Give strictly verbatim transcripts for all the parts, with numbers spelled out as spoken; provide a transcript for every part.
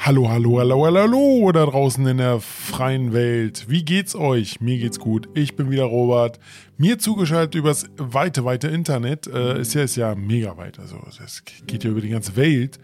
Hallo, hallo, hallo, hallo, hallo da draußen in der freien Welt. Wie geht's euch? Mir geht's gut. Ich bin wieder Robert. Mir zugeschaltet übers weite, weite Internet. Äh, ist ja, ist ja mega weit. Also, das geht ja über die ganze Welt.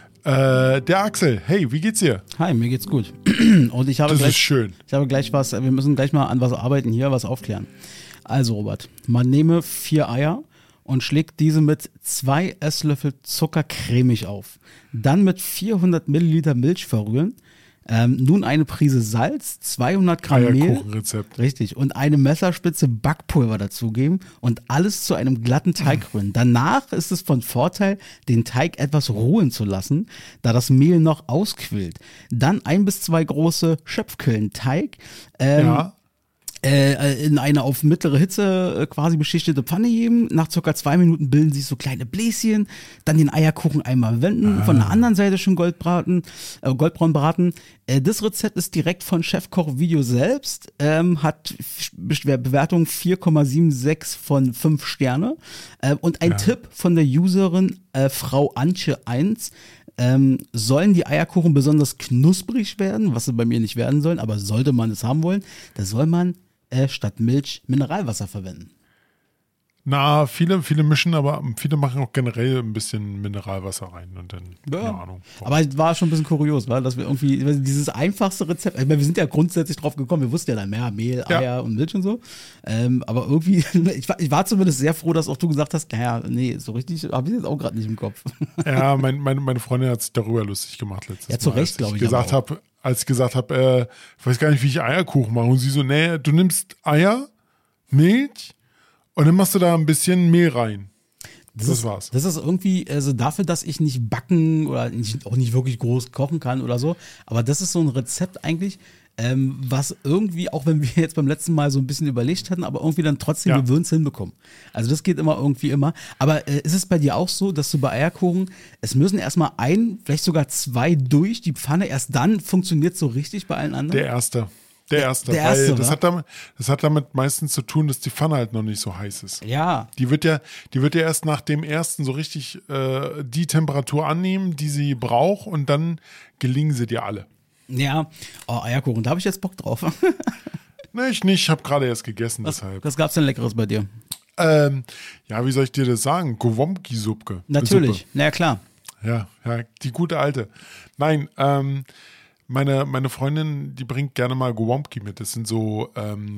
Äh, der Axel. Hey, wie geht's dir? Hi, mir geht's gut. Und ich habe das gleich, ist schön. Ich habe gleich was, wir müssen gleich mal an was arbeiten hier, was aufklären. Also, Robert, man nehme vier Eier und schlägt diese mit zwei Esslöffel Zucker cremig auf. Dann mit vierhundert Milliliter Milch verrühren. Ähm, nun eine Prise Salz, zweihundert Gramm Mehl. Eierkuchenrezept. Richtig. Und eine Messerspitze Backpulver dazugeben und alles zu einem glatten Teig rühren. Danach ist es von Vorteil, den Teig etwas ruhen zu lassen, da das Mehl noch ausquillt. Dann ein bis zwei große Schöpfküllen Teig. Ähm, Ja. Äh, in eine auf mittlere Hitze äh, quasi beschichtete Pfanne heben. Nach circa zwei Minuten bilden sich so kleine Bläschen. Dann den Eierkuchen einmal wenden. Ah. Von der anderen Seite schon goldbraten, äh, goldbraun braten. Äh, das Rezept ist direkt von Chefkoch Video selbst. Ähm, hat Be- Bewertung vier Komma sechsundsiebzig von fünf Sterne. Äh, und ein ja. Tipp von der Userin äh, Frau Antje eins. Ähm, sollen die Eierkuchen besonders knusprig werden, was sie bei mir nicht werden sollen, aber sollte man es haben wollen, da soll man äh, statt Milch Mineralwasser verwenden. Na, viele, viele mischen, aber viele machen auch generell ein bisschen Mineralwasser rein und dann, ja. keine Ahnung. Aber es war schon ein bisschen kurios, weil dass wir irgendwie dieses einfachste Rezept, ich meine, wir sind ja grundsätzlich drauf gekommen, wir wussten ja dann mehr Mehl, Eier ja. und Milch und so, ähm, aber irgendwie, ich war, ich war zumindest sehr froh, dass auch du gesagt hast, naja, nee, so richtig habe ich jetzt auch gerade nicht im Kopf. Ja, mein, meine, meine Freundin hat sich darüber lustig gemacht letztes Mal. Ja, zu Recht, glaube ich. Gesagt hab, als ich gesagt habe, äh, ich weiß gar nicht, wie ich Eierkuchen mache und sie so, nee, du nimmst Eier, Milch, und dann machst du da ein bisschen Mehl rein. Das, das ist, war's. Das ist irgendwie, also dafür, dass ich nicht backen oder nicht, auch nicht wirklich groß kochen kann oder so, aber das ist so ein Rezept eigentlich, ähm, was irgendwie, auch wenn wir jetzt beim letzten Mal so ein bisschen überlegt hatten, aber irgendwie dann trotzdem, ja. wir würden es hinbekommen. Also das geht immer irgendwie immer. Aber äh, ist es bei dir auch so, dass du bei Eierkuchen, es müssen erstmal ein, vielleicht sogar zwei durch die Pfanne, erst dann funktioniert es so richtig bei allen anderen? Der erste. Der erste, der erste weil das hat, damit, das hat damit meistens zu tun, dass die Pfanne halt noch nicht so heiß ist. Ja. Die wird ja, die wird ja erst nach dem ersten so richtig äh, die Temperatur annehmen, die sie braucht und dann gelingen sie dir alle. Ja, oh, Eierkuchen, da habe ich jetzt Bock drauf. Ne, ich nicht, ich habe gerade erst gegessen, was, deshalb. Was gab's denn Leckeres bei dir? Ähm, ja, wie soll ich dir das sagen? Gowomki-Suppe. Natürlich, na ja, klar. Ja, ja, die gute alte. Nein, ähm, Meine, meine Freundin, die bringt gerne mal Gowomki mit. Das sind so ähm,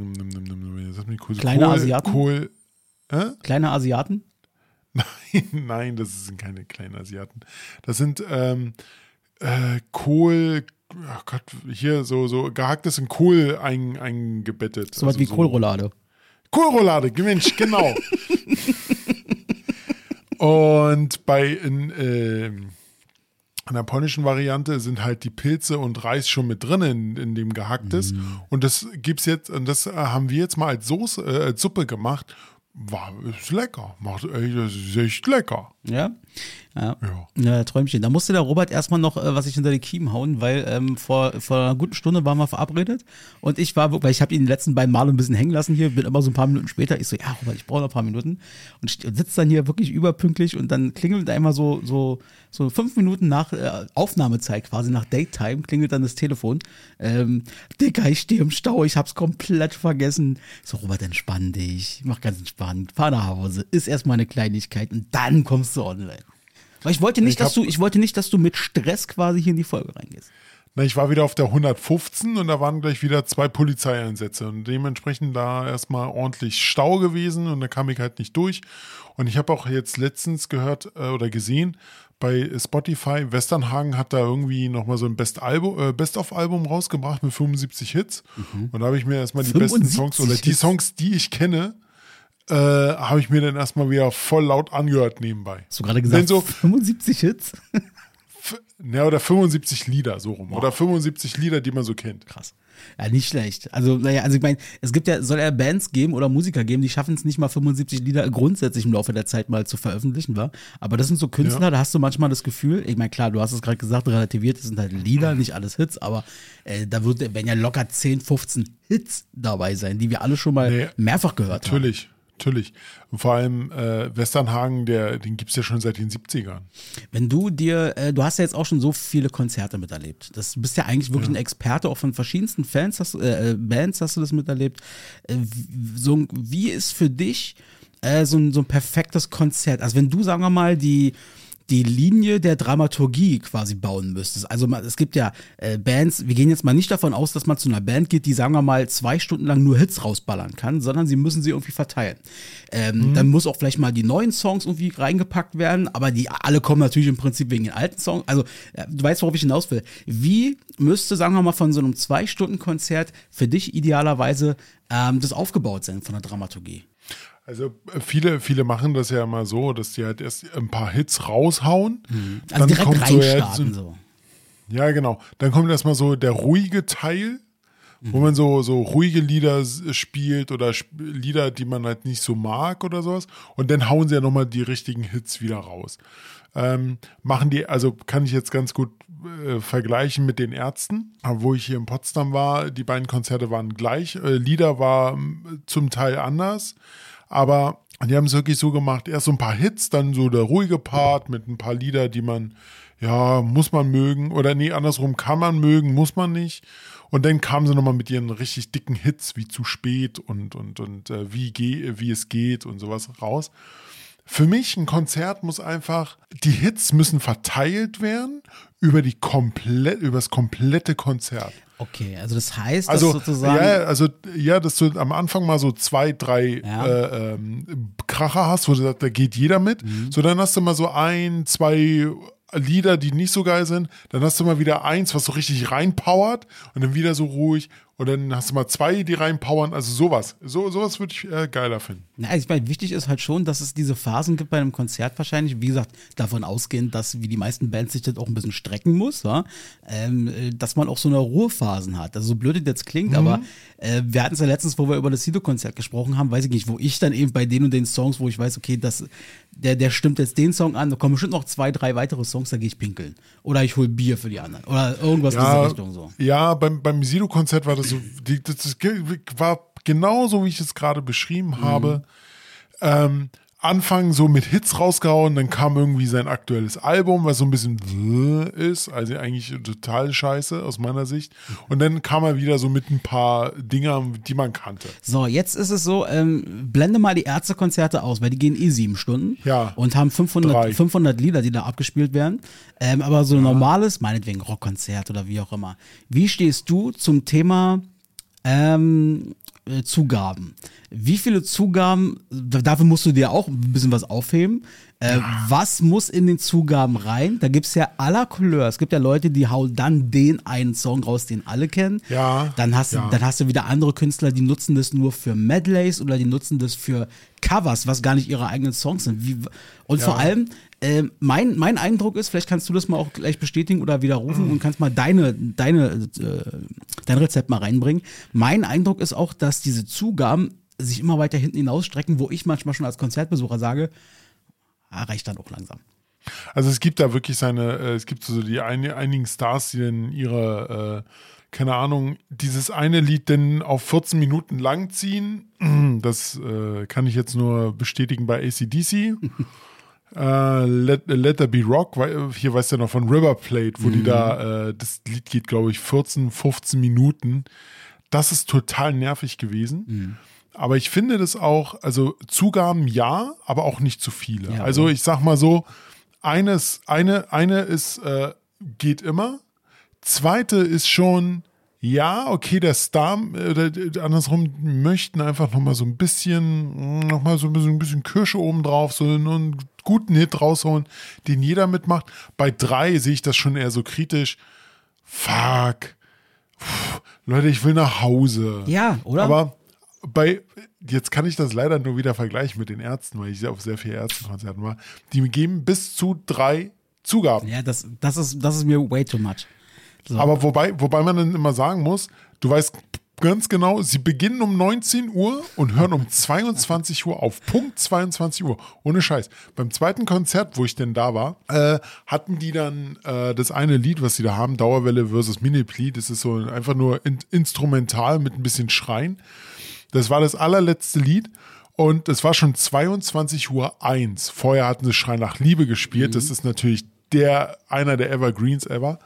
kleine Kohl, Asiaten? Kohl, äh? Kleine Asiaten? Nein, nein, das sind keine kleinen Asiaten. Das sind ähm, äh, Kohl, oh Gott, hier so, so gehacktes in Kohl ein, eingebettet. So was also wie so Kohlroulade. Kohlroulade, Mensch, genau. Und bei in, äh, in der polnischen Variante sind halt die Pilze und Reis schon mit drin, in, in dem Gehacktes. Mm. Und das gibt's jetzt, und das haben wir jetzt mal als Soße, äh, als Suppe gemacht. War, ist lecker. Macht, ey, das ist echt lecker. Ja? Ja. Ja. Ja, Träumchen. Da musste der Robert erstmal noch äh, was ich hinter die Kiemen hauen, weil ähm, vor, vor einer guten Stunde waren wir verabredet und ich war, weil ich habe ihn die letzten beiden Male ein bisschen hängen lassen hier, bin immer so ein paar Minuten später. Ich so, ja, Robert, ich brauche noch ein paar Minuten und sitze dann hier wirklich überpünktlich und dann klingelt einmal so, so, so fünf Minuten nach äh, Aufnahmezeit quasi, nach Date-Time, klingelt dann das Telefon. Ähm, Dicker, ich stehe im Stau, ich hab's komplett vergessen. Ich so, Robert, entspann dich, mach ganz entspannt, fahr nach Hause, ist erstmal eine Kleinigkeit und dann kommst du online. Weil ich wollte nicht, ich dass du, ich wollte nicht, dass du mit Stress quasi hier in die Folge reingehst. Na, ich war wieder auf der hundertfünfzehn und da waren gleich wieder zwei Polizeieinsätze und dementsprechend da erstmal ordentlich Stau gewesen und da kam ich halt nicht durch. Und ich habe auch jetzt letztens gehört äh, oder gesehen bei Spotify, Westernhagen hat da irgendwie nochmal so ein Best-Album, äh, Best-of-Album rausgebracht mit fünfundsiebzig Hits. Mhm. Und da habe ich mir erstmal die besten Songs oder die Songs, die ich kenne, Äh, habe ich mir dann erstmal wieder voll laut angehört nebenbei. Hast du gerade gesagt, so, fünfundsiebzig Hits? f- ja, oder fünfundsiebzig Lieder, so rum. Wow. Oder fünfundsiebzig Lieder, die man so kennt. Krass. Ja, nicht schlecht. Also, naja, also ich meine, es gibt ja, soll ja Bands geben oder Musiker geben, die schaffen es nicht mal fünfundsiebzig Lieder grundsätzlich im Laufe der Zeit mal zu veröffentlichen, war. Aber das sind so Künstler, ja. Da hast du manchmal das Gefühl, ich meine, klar, du hast es gerade gesagt, relativiert, das sind halt Lieder, nicht alles Hits, aber äh, da wird, werden ja locker zehn, fünfzehn Hits dabei sein, die wir alle schon mal nee, mehrfach gehört natürlich. haben. Natürlich. Und vor allem äh, Westernhagen, der, den gibt es ja schon seit den siebzigern. Wenn du dir, äh, du hast ja jetzt auch schon so viele Konzerte miterlebt. Das, du bist ja eigentlich wirklich ja. ein Experte, auch von verschiedensten Fans, hast, äh, Bands hast du das miterlebt. Äh, so, wie ist für dich äh, so, ein, so ein perfektes Konzert? Also wenn du, sagen wir mal, die die Linie der Dramaturgie quasi bauen müsstest. Also es gibt ja äh, Bands, wir gehen jetzt mal nicht davon aus, dass man zu einer Band geht, die, sagen wir mal, zwei Stunden lang nur Hits rausballern kann, sondern sie müssen sie irgendwie verteilen. Ähm, mhm. Dann muss auch vielleicht mal die neuen Songs irgendwie reingepackt werden, aber die alle kommen natürlich im Prinzip wegen den alten Songs. Also äh, du weißt, worauf ich hinaus will. Wie müsste, sagen wir mal, von so einem Zwei-Stunden-Konzert für dich idealerweise ähm, das aufgebaut sein von der Dramaturgie? Also viele, viele machen das ja immer so, dass die halt erst ein paar Hits raushauen. Mhm. Also dann direkt kommt reinstarten so, so. Ja, genau. Dann kommt erstmal so der ruhige Teil, mhm. wo man so, so ruhige Lieder spielt oder sp- Lieder, die man halt nicht so mag oder sowas. Und dann hauen sie ja nochmal die richtigen Hits wieder raus. Ähm, machen die, also kann ich jetzt ganz gut äh, vergleichen mit den Ärzten, wo ich hier in Potsdam war. Die beiden Konzerte waren gleich. Äh, Lieder war äh, zum Teil anders. Aber die haben es wirklich so gemacht, erst so ein paar Hits, dann so der ruhige Part mit ein paar Lieder, die man, ja, muss man mögen. Oder nee, andersrum, kann man mögen, muss man nicht. Und dann kamen sie nochmal mit ihren richtig dicken Hits, wie Zu spät und, und, und äh, wie, ge- wie es geht und sowas raus. Für mich, ein Konzert muss einfach, die Hits müssen verteilt werden über die komplett, über das komplette Konzert. Okay, also das heißt, also, dass sozusagen. Ja, also, ja, dass du am Anfang mal so zwei, drei ja. äh, ähm, Kracher hast, wo du sagst, da geht jeder mit. Mhm. So, dann hast du mal so ein, zwei Lieder, die nicht so geil sind. Dann hast du mal wieder eins, was so richtig reinpowert und dann wieder so ruhig. Und dann hast du mal zwei, die reinpowern. Also sowas. So, sowas würde ich äh, geiler finden. Na, also ich meine, wichtig ist halt schon, dass es diese Phasen gibt bei einem Konzert wahrscheinlich. Wie gesagt, davon ausgehend, dass wie die meisten Bands sich das auch ein bisschen strecken muss, ja? ähm, dass man auch so eine Ruhephasen hat. Also so blöd das jetzt klingt, mhm. aber äh, wir hatten es ja letztens, wo wir über das Sido-Konzert gesprochen haben, weiß ich nicht, wo ich dann eben bei den und den Songs, wo ich weiß, okay, das, der, der stimmt jetzt den Song an, da kommen bestimmt noch zwei, drei weitere Songs, da gehe ich pinkeln. Oder ich hole Bier für die anderen. Oder irgendwas ja, in diese Richtung so. Ja, beim, beim Sido-Konzert war das so, die, das, das war genauso, wie ich es gerade beschrieben habe. Mhm. Ähm, Anfang so mit Hits rausgehauen, dann kam irgendwie sein aktuelles Album, was so ein bisschen ist, also eigentlich total scheiße aus meiner Sicht. Und dann kam er wieder so mit ein paar Dingern, die man kannte. So, jetzt ist es so, ähm, blende mal die Ärztekonzerte aus, weil die gehen eh sieben Stunden ja, und haben fünfhundert, fünfhundert Lieder, die da abgespielt werden. Ähm, aber so ein ja. normales, meinetwegen Rockkonzert oder wie auch immer. Wie stehst du zum Thema ähm, äh, Zugaben? Wie viele Zugaben, dafür musst du dir auch ein bisschen was aufheben. Äh, ja. Was muss in den Zugaben rein? Da gibt es ja aller Couleur. Es gibt ja Leute, die hauen dann den einen Song raus, den alle kennen. Ja. Dann hast, ja. du, dann hast du wieder andere Künstler, die nutzen das nur für Medleys oder die nutzen das für Covers, was gar nicht ihre eigenen Songs sind. Wie, und ja. vor allem, äh, mein, mein Eindruck ist, vielleicht kannst du das mal auch gleich bestätigen oder widerrufen mhm. und kannst mal deine, deine, äh, dein Rezept mal reinbringen. Mein Eindruck ist auch, dass diese Zugaben sich immer weiter hinten hinausstrecken, wo ich manchmal schon als Konzertbesucher sage, ah, reicht dann auch langsam. Also es gibt da wirklich seine, äh, es gibt so die ein, einigen Stars, die dann ihre, äh, keine Ahnung, dieses eine Lied denn auf vierzehn Minuten lang ziehen. Das äh, kann ich jetzt nur bestätigen bei A C D C. äh, Let, Let There Be Rock, weil, hier weißt du ja noch von River Plate, wo mhm. die da, äh, das Lied geht, glaube ich, vierzehn, fünfzehn Minuten. Das ist total nervig gewesen. Mhm. Aber ich finde das auch, also Zugaben ja, aber auch nicht zu viele. Ja, also ich sag mal so, eines, eine, eine ist, äh, geht immer. Zweite ist schon, ja, okay, der Star, oder äh, andersrum, möchten einfach nochmal so ein bisschen, nochmal so ein bisschen, ein bisschen Kirsche oben drauf, so einen guten Hit rausholen, den jeder mitmacht. Bei drei sehe ich das schon eher so kritisch. Fuck. Puh, Leute, ich will nach Hause. Ja, oder? Aber bei, jetzt kann ich das leider nur wieder vergleichen mit den Ärzten, weil ich auf sehr vielen Ärztenkonzerten war. Die geben bis zu drei Zugaben. Ja, das, das, ist, das ist mir way too much. So. Aber wobei, wobei man dann immer sagen muss, du weißt ganz genau, sie beginnen um neunzehn Uhr und hören um zweiundzwanzig Uhr auf. Punkt zweiundzwanzig Uhr. Ohne Scheiß. Beim zweiten Konzert, wo ich denn da war, äh, hatten die dann äh, das eine Lied, was sie da haben, Dauerwelle versus Minipli. Das ist so einfach nur in, instrumental mit ein bisschen Schreien. Das war das allerletzte Lied Und es war schon zweiundzwanzig Uhr eins. Vorher hatten sie Schrei nach Liebe gespielt. Mhm. Das ist natürlich der, einer der Evergreens ever.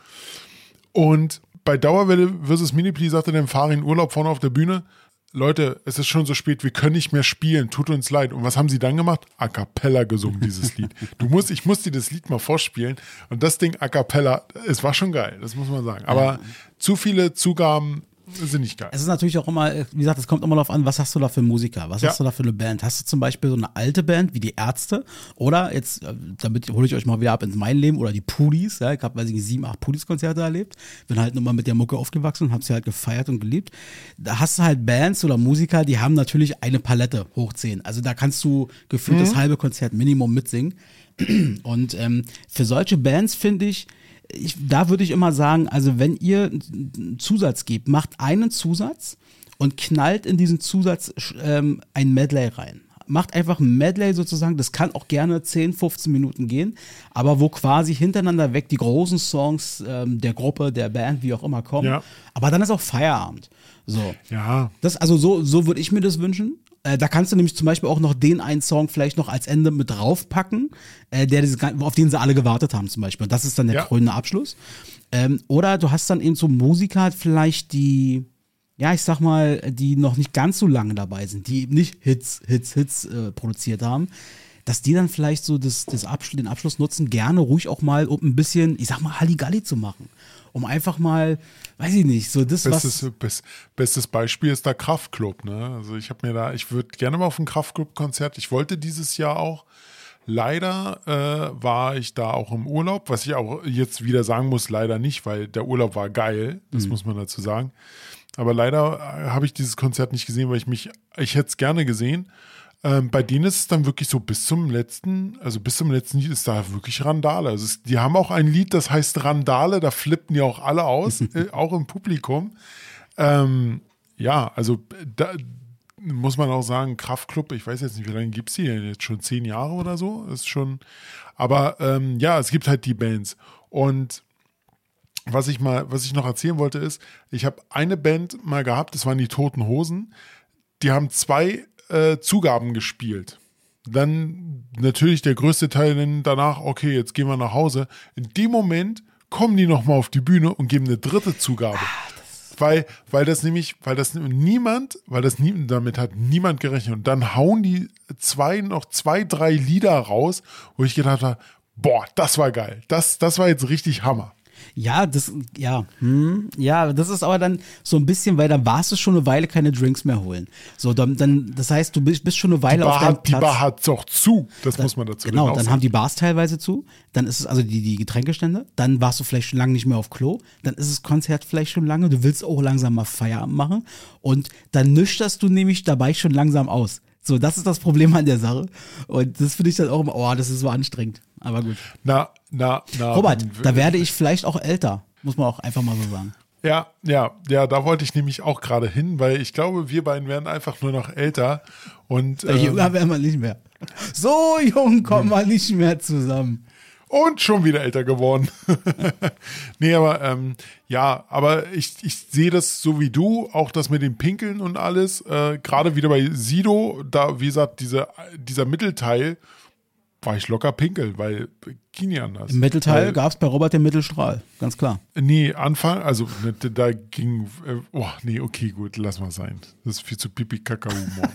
Und bei Dauerwelle versus Minipli sagte dem Fahrer in Urlaub vorne auf der Bühne, Leute, es ist schon so spät, wir können nicht mehr spielen, tut uns leid. Und was haben sie dann gemacht? A cappella gesungen, dieses Lied. Du musst, ich muss dir das Lied mal vorspielen. Und das Ding a cappella, es war schon geil, das muss man sagen. Aber ja. zu viele Zugaben sind nicht geil. Es ist natürlich auch immer, wie gesagt, es kommt immer darauf an, was hast du da für Musiker, was ja. hast du da für eine Band? Hast du zum Beispiel so eine alte Band wie die Ärzte oder jetzt, damit hole ich euch mal wieder ab ins mein Leben oder die Pudis, ja, ich habe, weiß ich nicht, sieben, acht Pudis-Konzerte erlebt, bin halt nochmal mit der Mucke aufgewachsen und habe sie halt gefeiert und geliebt. Da hast du halt Bands oder Musiker, die haben natürlich eine Palette hoch zehn, also da kannst du gefühlt mhm. das halbe Konzert Minimum mitsingen und ähm, für solche Bands finde ich, Ich, da würde ich immer sagen, also wenn ihr einen Zusatz gebt, macht einen Zusatz und knallt in diesen Zusatz ähm, ein Medley rein. Macht einfach ein Medley sozusagen, das kann auch gerne zehn, fünfzehn Minuten gehen, aber wo quasi hintereinander weg die großen Songs ähm, der Gruppe, der Band, wie auch immer kommen. Ja. Aber dann ist auch Feierabend. So. Ja. Das, also so, so würde ich mir das wünschen. Äh, da kannst du nämlich zum Beispiel auch noch den einen Song vielleicht noch als Ende mit draufpacken, äh, der dieses, auf den sie alle gewartet haben zum Beispiel. Und das ist dann der ja. krönende Abschluss. Ähm, oder du hast dann eben so Musiker vielleicht, die, ja, ich sag mal, die noch nicht ganz so lange dabei sind, die eben nicht Hits, Hits, Hits äh, produziert haben, dass die dann vielleicht so das, das Abschluss, den Abschluss nutzen, gerne ruhig auch mal, um ein bisschen, ich sag mal, Halligalli zu machen. Um einfach mal, weiß ich nicht, so das, bestes, was... Best, bestes Beispiel ist der Kraftklub, ne? Also ich habe mir da, ich würde gerne mal auf ein Kraftklub-Konzert, ich wollte dieses Jahr auch, leider äh, war ich da auch im Urlaub, was ich auch jetzt wieder sagen muss, leider nicht, weil der Urlaub war geil, das mhm. muss man dazu sagen. Aber leider habe ich dieses Konzert nicht gesehen, weil ich mich, ich hätte es gerne gesehen. Ähm, bei denen ist es dann wirklich so bis zum letzten, also bis zum letzten Lied ist da wirklich Randale. Also es, die haben auch ein Lied, das heißt Randale, da flippen die auch alle aus, äh, auch im Publikum. Ähm, ja, also da muss man auch sagen, Kraftklub, ich weiß jetzt nicht, wie lange gibt es die denn jetzt schon? Zehn Jahre oder so? Das ist schon, aber ähm, ja, es gibt halt die Bands. Und was ich mal, was ich noch erzählen wollte ist, ich habe eine Band mal gehabt, das waren die Toten Hosen, die haben zwei Äh, Zugaben gespielt. Dann natürlich der größte Teil dann danach, okay, jetzt gehen wir nach Hause. In dem Moment kommen die nochmal auf die Bühne und geben eine dritte Zugabe. Ah, weil, weil das nämlich, weil das niemand, weil das nie, damit hat niemand gerechnet. Und dann hauen die zwei, noch zwei, drei Lieder raus, wo ich gedacht habe, boah, das war geil. Das, das war jetzt richtig Hammer. Ja, das, ja, hm, ja, das ist aber dann so ein bisschen, weil dann warst du schon eine Weile keine Drinks mehr holen. So, dann, dann das heißt, du bist, bist schon eine Weile Bar auf deinem hat, Platz. Die Bar hat doch zu, das da, muss man dazu Genau, dann sagen. haben die Bars teilweise zu, dann ist es also die, die Getränkestände, dann warst du vielleicht schon lange nicht mehr auf Klo, dann ist das Konzert vielleicht schon lange, du willst auch langsam mal Feierabend machen und dann nüchterst du nämlich dabei schon langsam aus. So, das ist das Problem an der Sache. Und das finde ich dann auch immer, oh, das ist so anstrengend. Aber gut. Na, na, na. Robert, da werde ich vielleicht auch älter. Muss man auch einfach mal so sagen. Ja, ja, ja, da wollte ich nämlich auch gerade hin, weil ich glaube, wir beiden werden einfach nur noch älter. Und ähm, jünger werden wir nicht mehr. So jung kommen wir nicht mehr zusammen. Und schon wieder älter geworden. Nee, aber ähm, ja, aber ich, ich sehe das so wie du, auch das mit dem Pinkeln und alles. Äh, gerade wieder bei Sido, da, wie gesagt, diese, dieser Mittelteil war ich locker pinkel, weil ging ja anders. Im Mittelteil gab es bei Robert den Mittelstrahl, ganz klar. Nee, Anfang, also da ging, äh, oh nee, okay, gut, lass mal sein. Das ist viel zu pipi-kaka-Humor.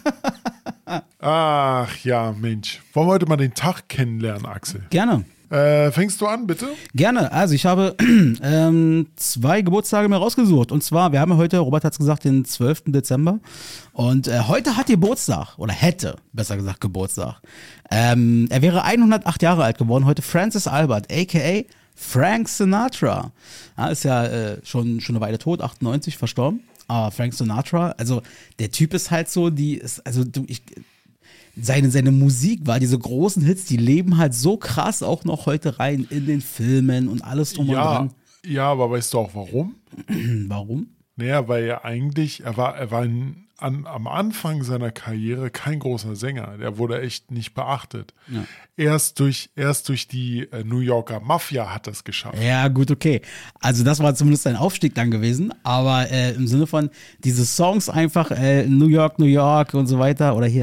Ach ja, Mensch. Wollen wir heute mal den Tag kennenlernen, Axel? Gerne. Äh, fängst du an, bitte? Gerne. Also ich habe ähm, zwei Geburtstage mir rausgesucht. Und zwar, wir haben ja heute, Robert hat es gesagt, den zwölften Dezember. Und äh, heute hat Geburtstag, oder hätte, besser gesagt, Geburtstag. Ähm, er wäre hundertacht Jahre alt geworden. Heute Francis Albert, a k a. Frank Sinatra. Ja, ist ja äh, schon, schon eine Weile tot, achtundneunzig, verstorben. Aber Frank Sinatra, also der Typ ist halt so, die ist, also du, ich... Seine, seine Musik war, diese großen Hits, die leben halt so krass auch noch heute rein in den Filmen und alles drum ja, und dran. Ja, aber weißt du auch warum? Warum? Naja, weil er eigentlich, er war, er war ein, an, am Anfang seiner Karriere kein großer Sänger. Der wurde echt nicht beachtet. Ja. Erst durch, erst durch die äh, New Yorker Mafia hat das geschafft. Ja, gut, okay. Also das war zumindest ein Aufstieg dann gewesen. Aber äh, im Sinne von diese Songs einfach, äh, New York, New York und so weiter. Oder hier.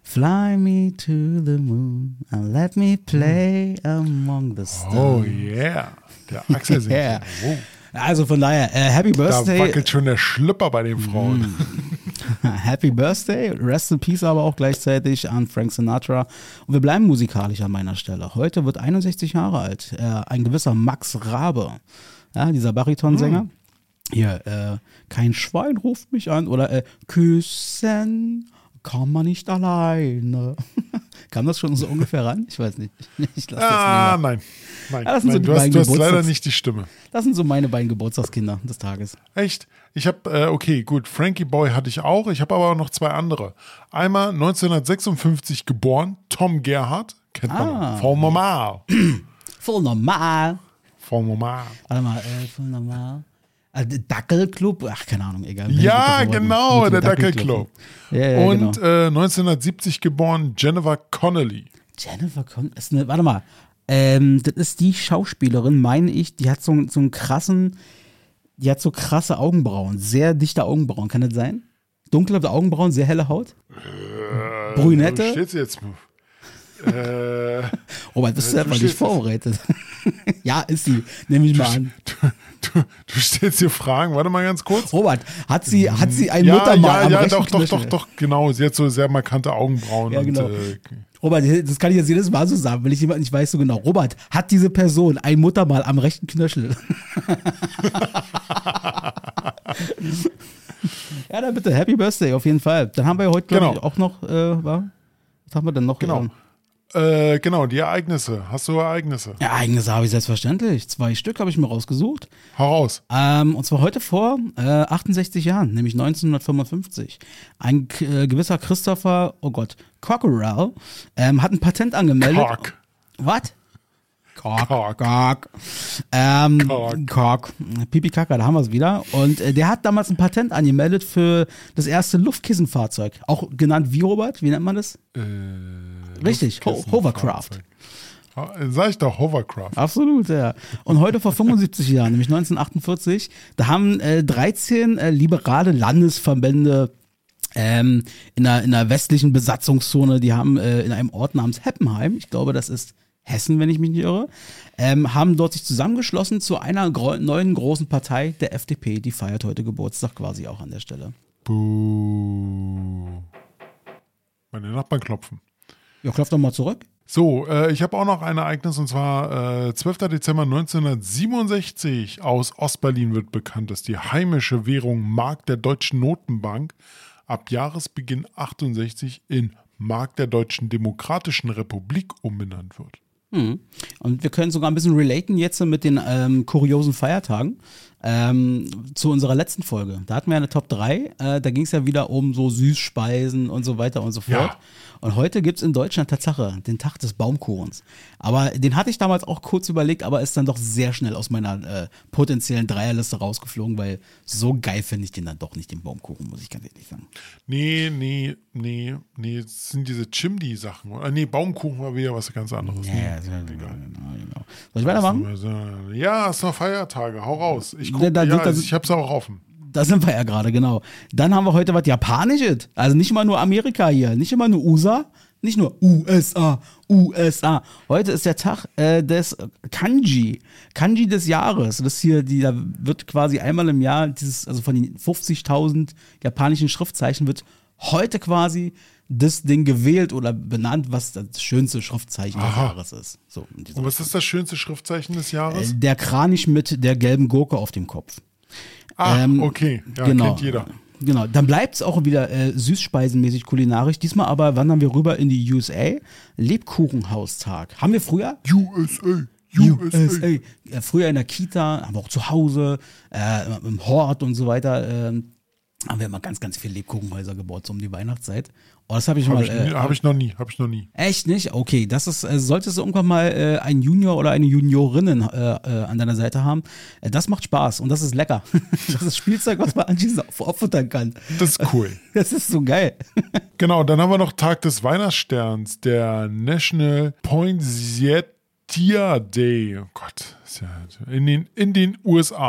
Fly me to the moon and let me play among the stars. Oh yeah, der Axel singt. Yeah. Wow. Also von daher, äh, Happy Birthday. Da wackelt schon der Schlüpper bei den Frauen. Happy Birthday, Rest in Peace aber auch gleichzeitig an Frank Sinatra. Und wir bleiben musikalisch an meiner Stelle. Heute wird einundsechzig Jahre alt, äh, ein gewisser Max Rabe, ja, dieser Baritonsänger. Hm. Hier, äh, kein Schwein ruft mich an oder äh, küssen kann man nicht alleine. Kam das schon so ungefähr ran? Ich weiß nicht. Ich lass das ah, nein. Nein, ja, das sind nein so die du, hast, beiden du hast leider Geburtstags- nicht die Stimme. Das sind so meine beiden Geburtstagskinder des Tages. Echt? Ich habe, äh, okay, gut, Frankie Boy hatte ich auch. Ich habe aber auch noch zwei andere. Einmal neunzehnhundertsechsundfünfzig geboren, Tom Gerhardt. Kennt man Ah. noch. Voll normal. Voll normal. Voll normal. Warte mal, äh, voll normal. Ah, der Dackelclub? Ach, keine Ahnung, egal. Ja, Mit dem genau, der Dackelclub. Dackelclub. Ja, ja, Und genau. äh, neunzehnhundertsiebzig geboren, Jennifer Connelly. Jennifer Con ist eine, warte mal, ähm, das ist die Schauspielerin, meine ich, die hat so, so einen krassen, die hat so krasse Augenbrauen, sehr dichte Augenbrauen, kann das sein? Dunkle Augenbrauen, sehr helle Haut? Äh, Brünette? Wo steht's jetzt? äh, Robert, bist äh, du einfach du nicht stehst- vorbereitet? Ja, ist sie, nehme ich mal an. du, du, du stellst hier Fragen, warte mal ganz kurz. Robert, hat sie, hat sie ein ja, Muttermal ja, am ja, rechten doch, doch, Knöchel? doch, doch, genau. Sie hat so sehr markante Augenbrauen. Ja, genau. Und, äh, Robert, das kann ich jetzt jedes Mal so sagen, wenn ich jemand nicht weiß so genau. Robert, hat diese Person ein Muttermal am rechten Knöchel? Ja, dann bitte, Happy Birthday auf jeden Fall. Dann haben wir heute, glaube Genau. ich, auch noch, äh, wa? Was haben wir denn noch? Genau. Ähm, Äh, genau, die Ereignisse. Hast du Ereignisse? Ereignisse habe ich selbstverständlich. Zwei Stück habe ich mir rausgesucht. Hau raus. Ähm, und zwar heute vor äh, achtundsechzig Jahren, nämlich neunzehnhundertfünfundfünfzig. Ein äh, gewisser Christopher, oh Gott, Cockerell, ähm, hat ein Patent angemeldet. Cock. Was? Cock, Cock. Cock. Ähm, Cock. Cock. Pipi Kaka, da haben wir es wieder. Und äh, der hat damals ein Patent angemeldet für das erste Luftkissenfahrzeug. Auch genannt wie, Robert? Wie nennt man das? Äh, Richtig, Ho Luftkissen- Hovercraft. Ha- Sag ich doch, Hovercraft. Absolut, ja. Und heute vor fünfundsiebzig Jahren, nämlich neunzehnhundertachtundvierzig, da haben äh, dreizehn äh, liberale Landesverbände ähm, in, der, in der westlichen Besatzungszone, die haben äh, in einem Ort namens Heppenheim, ich glaube, das ist Hessen, wenn ich mich nicht irre, ähm, haben dort sich zusammengeschlossen zu einer gro neuen großen Partei, der F D P. Die feiert heute Geburtstag quasi auch an der Stelle. Buh. Meine Nachbarn klopfen. Ja, klopft doch mal zurück. So, äh, ich habe auch noch ein Ereignis und zwar äh, zwölfter Dezember neunzehnhundertsiebenundsechzig aus Ostberlin wird bekannt, dass die heimische Währung Mark der Deutschen Notenbank ab Jahresbeginn achtundsechzig in Mark der Deutschen Demokratischen Republik umbenannt wird. Mhm. Und wir können sogar ein bisschen relaten jetzt mit den ähm, kuriosen Feiertagen ähm, zu unserer letzten Folge. Da hatten wir eine Top drei, äh, da ging es ja wieder um so Süßspeisen und so weiter und so fort. Ja. Und heute gibt es in Deutschland Tatsache den Tag des Baumkuchens. Aber den hatte ich damals auch kurz überlegt, aber ist dann doch sehr schnell aus meiner äh, potenziellen Dreierliste rausgeflogen, weil so geil finde ich den dann doch nicht, den Baumkuchen, muss ich ganz ehrlich sagen. Nee, nee, nee, nee, das sind diese Chimdi-Sachen. Oder? Nee, Baumkuchen war wieder was ganz anderes. Ja, Nee. ja, genau, genau. Soll ich weitermachen? Ja, es ist noch Feiertage, hau raus. Ich, guck, Da- da- ja, da- ich hab's auch offen. Da sind wir ja gerade, genau. Dann haben wir heute was Japanisches. Also nicht immer nur Amerika hier, nicht immer nur U S A, nicht nur U S A, U S A. Heute ist der Tag äh, des Kanji. Kanji des Jahres. Das hier, die, da wird quasi einmal im Jahr dieses, also von den fünfzigtausend japanischen Schriftzeichen wird heute quasi das Ding gewählt oder benannt, was das schönste Schriftzeichen des Aha. Jahres ist. So, in dieser Und was ist das schönste Schriftzeichen des Jahres? äh, der Kranich mit der gelben Gurke auf dem Kopf. ah, ähm, okay. Ja, genau. kennt jeder. Genau, dann bleibt es auch wieder äh, süßspeisenmäßig kulinarisch. Diesmal aber wandern wir rüber in die U S A. Lebkuchenhaustag. Haben wir früher? U S A. U S A. Äh, früher in der Kita, haben wir auch zu Hause, äh, im Hort und so weiter, äh, haben wir immer ganz, ganz viele Lebkuchenhäuser gebaut, so um die Weihnachtszeit. Oh, das habe ich Habe mal. ich, Äh, nie- hab ich noch nie, habe ich noch nie. Echt nicht? Okay, das ist, äh, solltest du irgendwann mal äh, einen Junior oder eine Juniorinnen äh, äh, an deiner Seite haben. Äh, das macht Spaß und das ist lecker. Das ist Spielzeug, was man anschließend auf- auffuttern kann. Das ist cool. Das ist so geil. Genau, dann haben wir noch Tag des Weihnachtssterns, der National Poinsettia Day. Oh Gott, ist ja in den, in den U S A.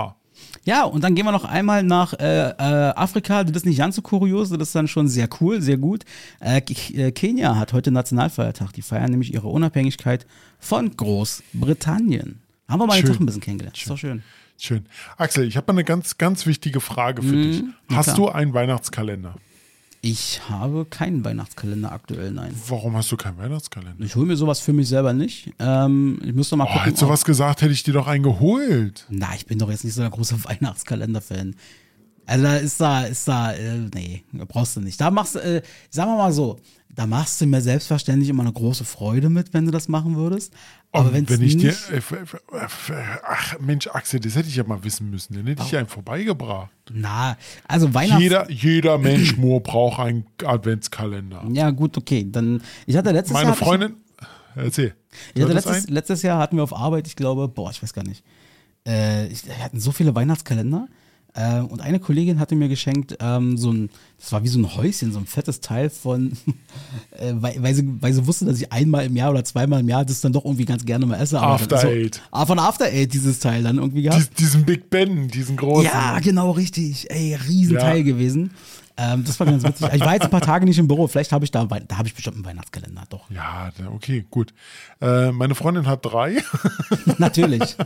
Ja, und dann gehen wir noch einmal nach äh, äh, Afrika. Das ist nicht ganz so kurios, das ist dann schon sehr cool, sehr gut. Äh, K- Kenia hat heute Nationalfeiertag. Die feiern nämlich ihre Unabhängigkeit von Großbritannien. Haben wir mal den Schön. Tag ein bisschen kennengelernt. Ist doch schön. Schön. Axel, ich habe eine ganz, ganz wichtige Frage für Mhm, dich. na Hast klar. du einen Weihnachtskalender? Ich habe keinen Weihnachtskalender aktuell, nein. Warum hast du keinen Weihnachtskalender? Ich hole mir sowas für mich selber nicht. Ähm, ich müsste mal Oh, gucken. hättest du ob- was gesagt, hätte ich dir doch einen geholt. Na, ich bin doch jetzt nicht so der große Weihnachtskalender-Fan. Also da ist da, ist da, äh, nee, brauchst du nicht. Da machst du, äh, sagen wir mal so, da machst du mir selbstverständlich immer eine große Freude mit, wenn du das machen würdest. Aber Und wenn's wenn ich dir. nicht, Äh, f- f- f- ach, Mensch, Axel, das hätte ich ja mal wissen müssen. Den hätte ich ja einem vorbeigebracht. na, also Weihnachts... Jeder, jeder Mensch nur braucht einen Adventskalender. Ja, gut, okay. Dann, ich hatte letztes Meine Jahr... hatte Freundin. Erzähl. Ich, ich hatte Soll das letztes, ein? letztes Jahr hatten wir auf Arbeit, ich glaube, boah, ich weiß gar nicht. Äh, ich, wir hatten so viele Weihnachtskalender. Äh, und eine Kollegin hatte mir geschenkt, ähm, so ein, das war wie so ein Häuschen, so ein fettes Teil von, äh, weil, weil, sie, weil sie wusste, dass ich einmal im Jahr oder zweimal im Jahr das dann doch irgendwie ganz gerne mal esse. Aber After so, Eight. Ah, von After Eight dieses Teil dann irgendwie gehabt. Dies, diesen Big Ben, diesen großen. Ja, genau, richtig. Ey, Riesenteil Ja. gewesen. Ähm, das war ganz witzig. Ich war jetzt ein paar Tage nicht im Büro. Vielleicht habe ich da, da habe ich bestimmt einen Weihnachtskalender, doch. Ja, da- okay, gut. Äh, meine Freundin hat drei. Natürlich.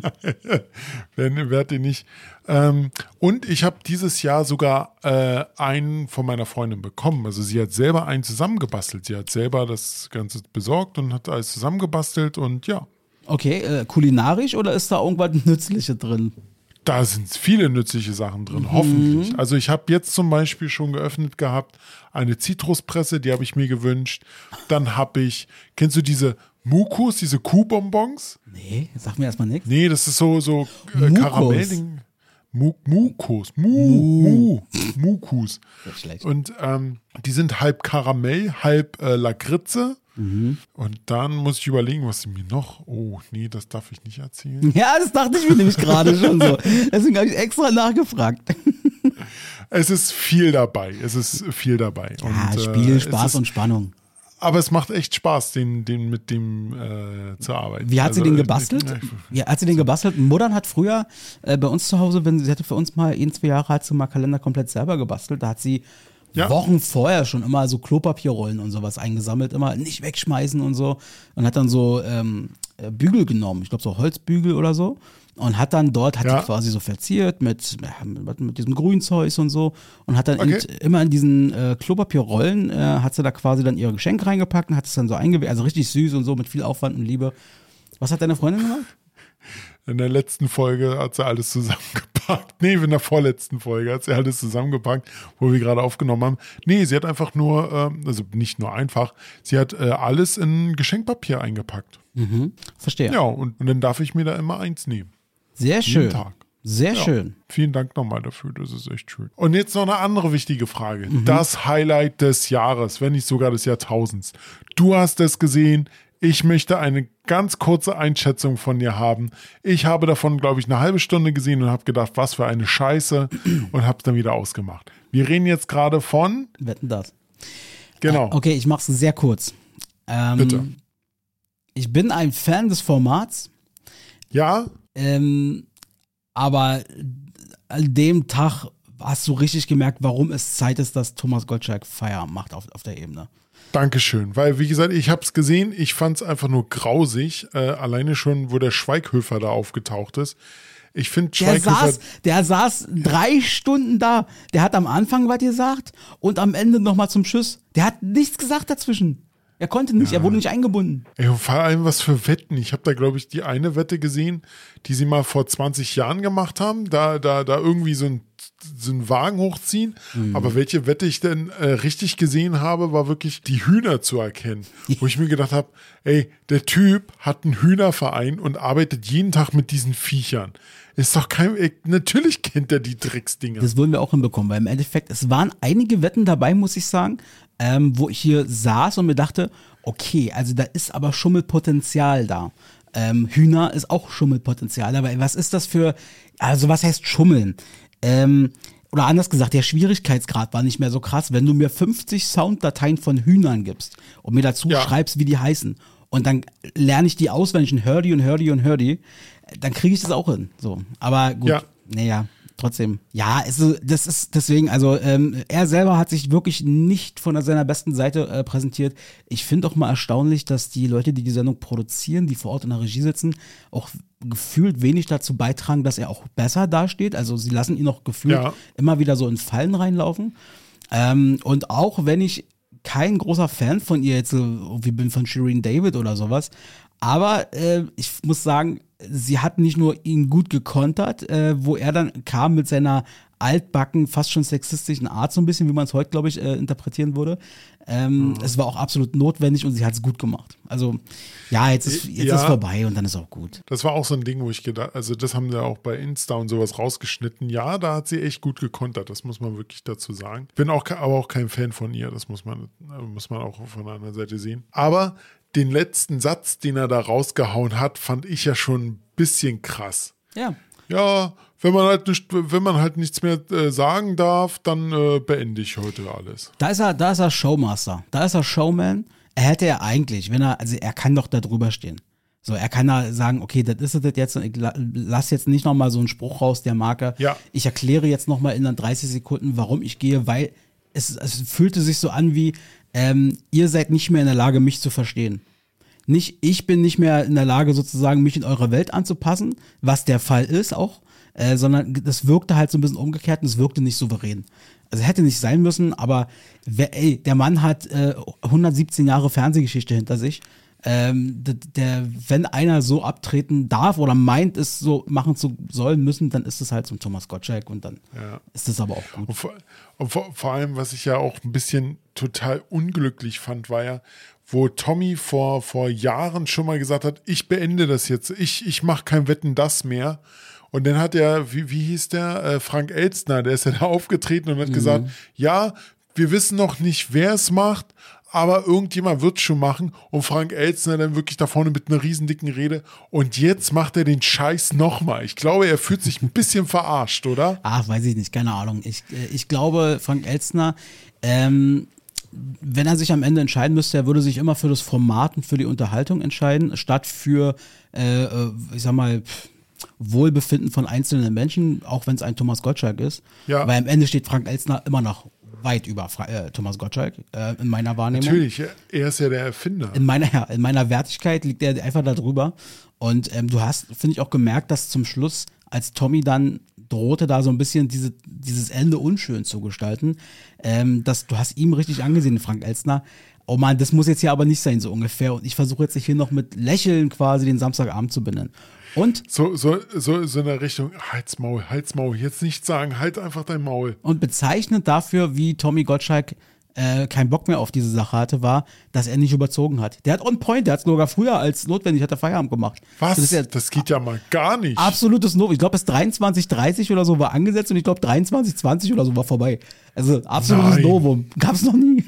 Wer wer hat die nicht? Ähm, und ich habe dieses Jahr sogar äh, einen von meiner Freundin bekommen. Also sie hat selber einen zusammengebastelt. Sie hat selber das Ganze besorgt und hat alles zusammengebastelt und ja. Okay, äh, kulinarisch oder ist da irgendwas Nützliches drin? Da sind viele nützliche Sachen drin, Mhm. hoffentlich. Also ich habe jetzt zum Beispiel schon geöffnet gehabt, eine Zitruspresse, die habe ich mir gewünscht. Dann habe ich, kennst du diese Mukus, diese Kuhbonbons? Nee, sag mir erstmal nichts. Nee, das ist so, so äh, Mukos. Karamellding. Mu Mukus, Mu, Mu, Mukus. Sehr schlecht. Und ähm, die sind halb Karamell, halb äh, Lakritze. Und dann muss ich überlegen, was sie mir noch. Oh, nee, das darf ich nicht erzählen. Ja, das dachte ich mir nämlich gerade schon so. Deswegen habe ich extra nachgefragt. Es ist viel dabei. Es ist viel dabei. Ja, und, Spiel, äh, Spaß es ist, und Spannung. Aber es macht echt Spaß, den, den mit dem äh, zu arbeiten. Wie hat sie Also, den äh, gebastelt? äh, Wie hat sie den gebastelt? Muttern hat früher äh, bei uns zu Hause, wenn sie hatte für uns mal ein, zwei Jahre hat sie mal Kalender komplett selber gebastelt. Da hat sie Ja. Wochen vorher schon immer so Klopapierrollen und sowas eingesammelt, immer nicht wegschmeißen und so. Und hat dann so ähm, äh, Bügel genommen, ich glaube so Holzbügel oder so. Und hat dann dort, hat Ja. die quasi so verziert mit, ja, mit, mit diesem Grünzeug und so. Und hat dann Okay. in, immer in diesen äh, Klopapierrollen, äh, hat sie da quasi dann ihre Geschenke reingepackt und hat es dann so eingewickelt. Also richtig süß und so mit viel Aufwand und Liebe. Was hat deine Freundin gemacht? In der letzten Folge hat sie alles zusammengepackt. Nee, in der vorletzten Folge hat sie alles zusammengepackt, wo wir gerade aufgenommen haben. Nee, sie hat einfach nur, ähm, also nicht nur einfach, sie hat äh, alles in Geschenkpapier eingepackt. Mhm. Verstehe. Ja, und, und dann darf ich mir da immer eins nehmen. Sehr schön. Jeden Tag. Sehr Ja. schön. Vielen Dank nochmal dafür, das ist echt schön. Und jetzt noch eine andere wichtige Frage. Das Highlight des Jahres, wenn nicht sogar des Jahrtausends. Du hast es gesehen. Ich möchte eine ganz kurze Einschätzung von dir haben. Ich habe davon, glaube ich, eine halbe Stunde gesehen und habe gedacht, was für eine Scheiße und habe es dann wieder ausgemacht. Wir reden jetzt gerade von, Wetten das. genau, Okay, ich mach's sehr kurz. Ähm, bitte. Ich bin ein Fan des Formats, Ja, ähm, aber an dem Tag hast du richtig gemerkt, warum es Zeit ist, dass Thomas Gottschalk Feierabend macht auf, auf der Ebene. Dankeschön. Weil, wie gesagt, ich habe es gesehen, ich fand es einfach nur grausig. Äh, alleine schon, wo der Schweighöfer da aufgetaucht ist. Ich finde Der Schweighöfer... saß, der saß drei Stunden da. Der hat am Anfang was gesagt und am Ende nochmal zum Schuss. Der hat nichts gesagt dazwischen. Er konnte nicht, er wurde nicht eingebunden. Ey, und vor allem was für Wetten. Ich habe da, glaube ich, die eine Wette gesehen, die sie mal vor zwanzig Jahren gemacht haben. Da, da, da irgendwie so ein, so einen Wagen hochziehen. Mhm. Aber welche Wette ich denn äh, richtig gesehen habe, war wirklich die Hühner zu erkennen. Wo ich mir gedacht habe, ey, der Typ hat einen Hühnerverein und arbeitet jeden Tag mit diesen Viechern. Ist doch kein, ey, natürlich kennt er die Drecksdinger. Das würden wir auch hinbekommen, weil im Endeffekt, es waren einige Wetten dabei, muss ich sagen, ähm, wo ich hier saß und mir dachte, okay, also da ist aber Schummelpotenzial da. Ähm, Hühner ist auch Schummelpotenzial, aber was ist das für, also was heißt Schummeln? Ähm, oder anders gesagt, der Schwierigkeitsgrad war nicht mehr so krass, wenn du mir fünfzig Sounddateien von Hühnern gibst und mir dazu Ja. schreibst, wie die heißen und dann lerne ich die auswendig und hör die und hör die und hör die, dann kriege ich das auch hin. So, aber gut. Ja. naja, trotzdem. Ja, also das ist deswegen, also ähm, er selber hat sich wirklich nicht von seiner besten Seite äh, präsentiert. Ich finde auch mal erstaunlich, dass die Leute, die die Sendung produzieren, die vor Ort in der Regie sitzen, auch gefühlt wenig dazu beitragen, dass er auch besser dasteht. Also sie lassen ihn auch gefühlt Ja. immer wieder so in Fallen reinlaufen. Ähm, und auch wenn ich kein großer Fan von ihr jetzt so wie bin von Shireen David oder sowas, aber äh, ich muss sagen, sie hat nicht nur ihn gut gekontert, äh, wo er dann kam mit seiner altbacken, fast schon sexistischen Art, so ein bisschen, wie man es heute, glaube ich, äh, interpretieren würde. Ähm, mhm. Es war auch absolut notwendig und sie hat es gut gemacht. Also, ja, jetzt ist jetzt ja, ist vorbei und dann ist auch gut. Das war auch so ein Ding, wo ich gedacht, also das haben sie auch bei Insta und sowas rausgeschnitten. Ja, da hat sie echt gut gekontert, das muss man wirklich dazu sagen. Bin auch, aber auch kein Fan von ihr, das muss man, muss man auch von der anderen Seite sehen. Aber den letzten Satz, den er da rausgehauen hat, fand ich ja schon ein bisschen krass. Ja. Ja, wenn man halt nicht, wenn man halt nichts mehr äh, sagen darf, dann äh, beende ich heute alles. Da ist er, da ist er Showmaster, da ist er Showman. Er hätte ja eigentlich, wenn er, also er kann doch da drüber stehen. So, er kann da sagen, okay, das ist es jetzt, ich lass jetzt nicht nochmal so einen Spruch raus, der Marke. Ja. Ich erkläre jetzt nochmal in dann dreißig Sekunden, warum ich gehe, weil es, es fühlte sich so an wie, ähm, ihr seid nicht mehr in der Lage, mich zu verstehen. Nicht, ich bin nicht mehr in der Lage, sozusagen mich in eure Welt anzupassen, was der Fall ist auch, äh, sondern das wirkte halt so ein bisschen umgekehrt und es wirkte nicht souverän. Also hätte nicht sein müssen, aber wer, ey, der Mann hat äh, hundertsiebzehn Jahre Fernsehgeschichte hinter sich. Ähm, der, der, wenn einer so abtreten darf oder meint, es so machen zu sollen müssen, dann ist es halt so ein Thomas Gottschalk und dann ja. ist es aber auch gut. Und, vor, und vor, vor allem, was ich ja auch ein bisschen total unglücklich fand, war ja, wo Tommy vor, vor Jahren schon mal gesagt hat, ich beende das jetzt, ich, ich mache kein Wetten, das mehr. Und dann hat er, wie, wie hieß der, äh, Frank Elstner, der ist ja da aufgetreten und hat mhm. gesagt, ja, wir wissen noch nicht, wer es macht, aber irgendjemand wird es schon machen. Und Frank Elstner dann wirklich da vorne mit einer riesendicken Rede. Und jetzt macht er den Scheiß nochmal. Ich glaube, er fühlt sich ein bisschen verarscht, oder? Ach, weiß ich nicht, keine Ahnung. Ich, ich glaube, Frank Elstner, ähm, wenn er sich am Ende entscheiden müsste, er würde sich immer für das Format und für die Unterhaltung entscheiden, statt für, äh, ich sag mal, Wohlbefinden von einzelnen Menschen, auch wenn es ein Thomas Gottschalk ist. Ja. Weil am Ende steht Frank Elstner immer noch weit über äh, Thomas Gottschalk, äh, in meiner Wahrnehmung. Natürlich, er ist ja der Erfinder. In meiner, ja, in meiner Wertigkeit liegt er einfach da drüber. Und ähm, du hast, finde ich, auch gemerkt, dass zum Schluss, als Tommy dann drohte, da so ein bisschen diese, dieses Ende unschön zu gestalten, ähm, dass du hast ihm richtig angesehen, Frank Elstner. Oh Mann, das muss jetzt hier aber nicht sein, so ungefähr. Und ich versuche jetzt hier noch mit Lächeln quasi den Samstagabend zu benennen. Und? So, so, so, so in der Richtung, halt's Maul, halt's Maul, jetzt nichts sagen, halt einfach dein Maul. Und bezeichnend dafür, wie Tommy Gottschalk äh, keinen Bock mehr auf diese Sache hatte, war, dass er nicht überzogen hat. Der hat on point, der hat es sogar früher als notwendig, hat er Feierabend gemacht. Was? Das, ist ja das geht ja mal gar nicht. Absolutes Novum. Ich glaube, bis dreiundzwanzig dreißig oder so war angesetzt und ich glaube, dreiundzwanzig zwanzig oder so war vorbei. Also absolutes Nein. Novum. Gab's noch nie.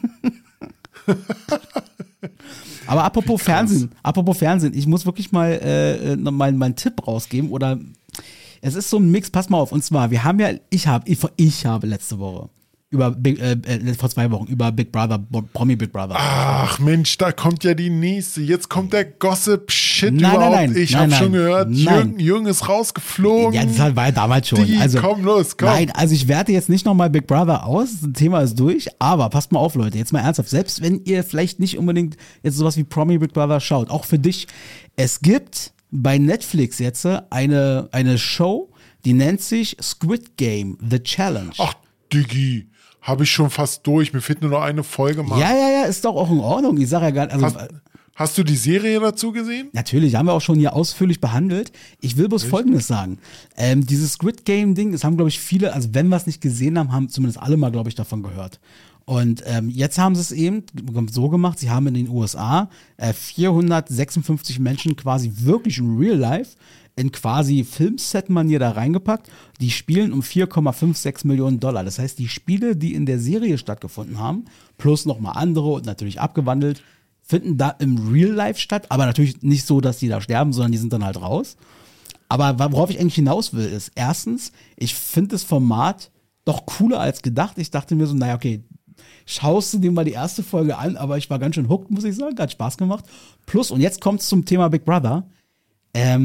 Aber apropos Fernsehen, apropos Fernsehen, ich muss wirklich mal äh, noch mal meinen Tipp rausgeben oder es ist so ein Mix, pass mal auf, und zwar, wir haben ja, ich habe, ich, ich habe letzte Woche über Big, äh, äh, vor zwei Wochen über Big Brother, Promi Big Brother. Ach Mensch, da kommt ja die nächste. Jetzt kommt der Gossip-Shit nein, überhaupt. Nein, nein, ich habe schon gehört, Jürgen, Jürgen ist rausgeflogen. Ja, das war ja damals schon. Die, also, komm los, komm. Nein, also ich werte jetzt nicht nochmal Big Brother aus, das Thema ist durch, aber passt mal auf, Leute, jetzt mal ernsthaft, selbst wenn ihr vielleicht nicht unbedingt jetzt sowas wie Promi Big Brother schaut, auch für dich, es gibt bei Netflix jetzt eine, eine Show, die nennt sich Squid Game, The Challenge. Ach, Diggi. Habe ich schon fast durch. Mir fehlt nur noch eine Folge mal. Ja, ja, ja, ist doch auch in Ordnung. Ich sage ja gar nicht. Also, hast, hast du die Serie dazu gesehen? Natürlich, haben wir auch schon hier ausführlich behandelt. Ich will bloß Echt? Folgendes sagen. Ähm, dieses Squid Game-Ding, das haben, glaube ich, viele, also wenn wir es nicht gesehen haben, haben zumindest alle mal, glaube ich, davon gehört. Und ähm, jetzt haben sie es eben so gemacht, sie haben in den U S A äh, vierhundertsechsundfünfzig Menschen quasi wirklich in Real Life in quasi Filmset-Manier da reingepackt. Die spielen um vier Komma sechsundfünfzig Millionen Dollar. Das heißt, die Spiele, die in der Serie stattgefunden haben, plus nochmal andere und natürlich abgewandelt, finden da im Real Life statt, aber natürlich nicht so, dass die da sterben, sondern die sind dann halt raus. Aber worauf ich eigentlich hinaus will, ist erstens, ich finde das Format doch cooler als gedacht. Ich dachte mir so, naja, okay, schaust du dir mal die erste Folge an, aber ich war ganz schön hooked, muss ich sagen, hat Spaß gemacht. Plus, und jetzt kommt es zum Thema Big Brother, ähm,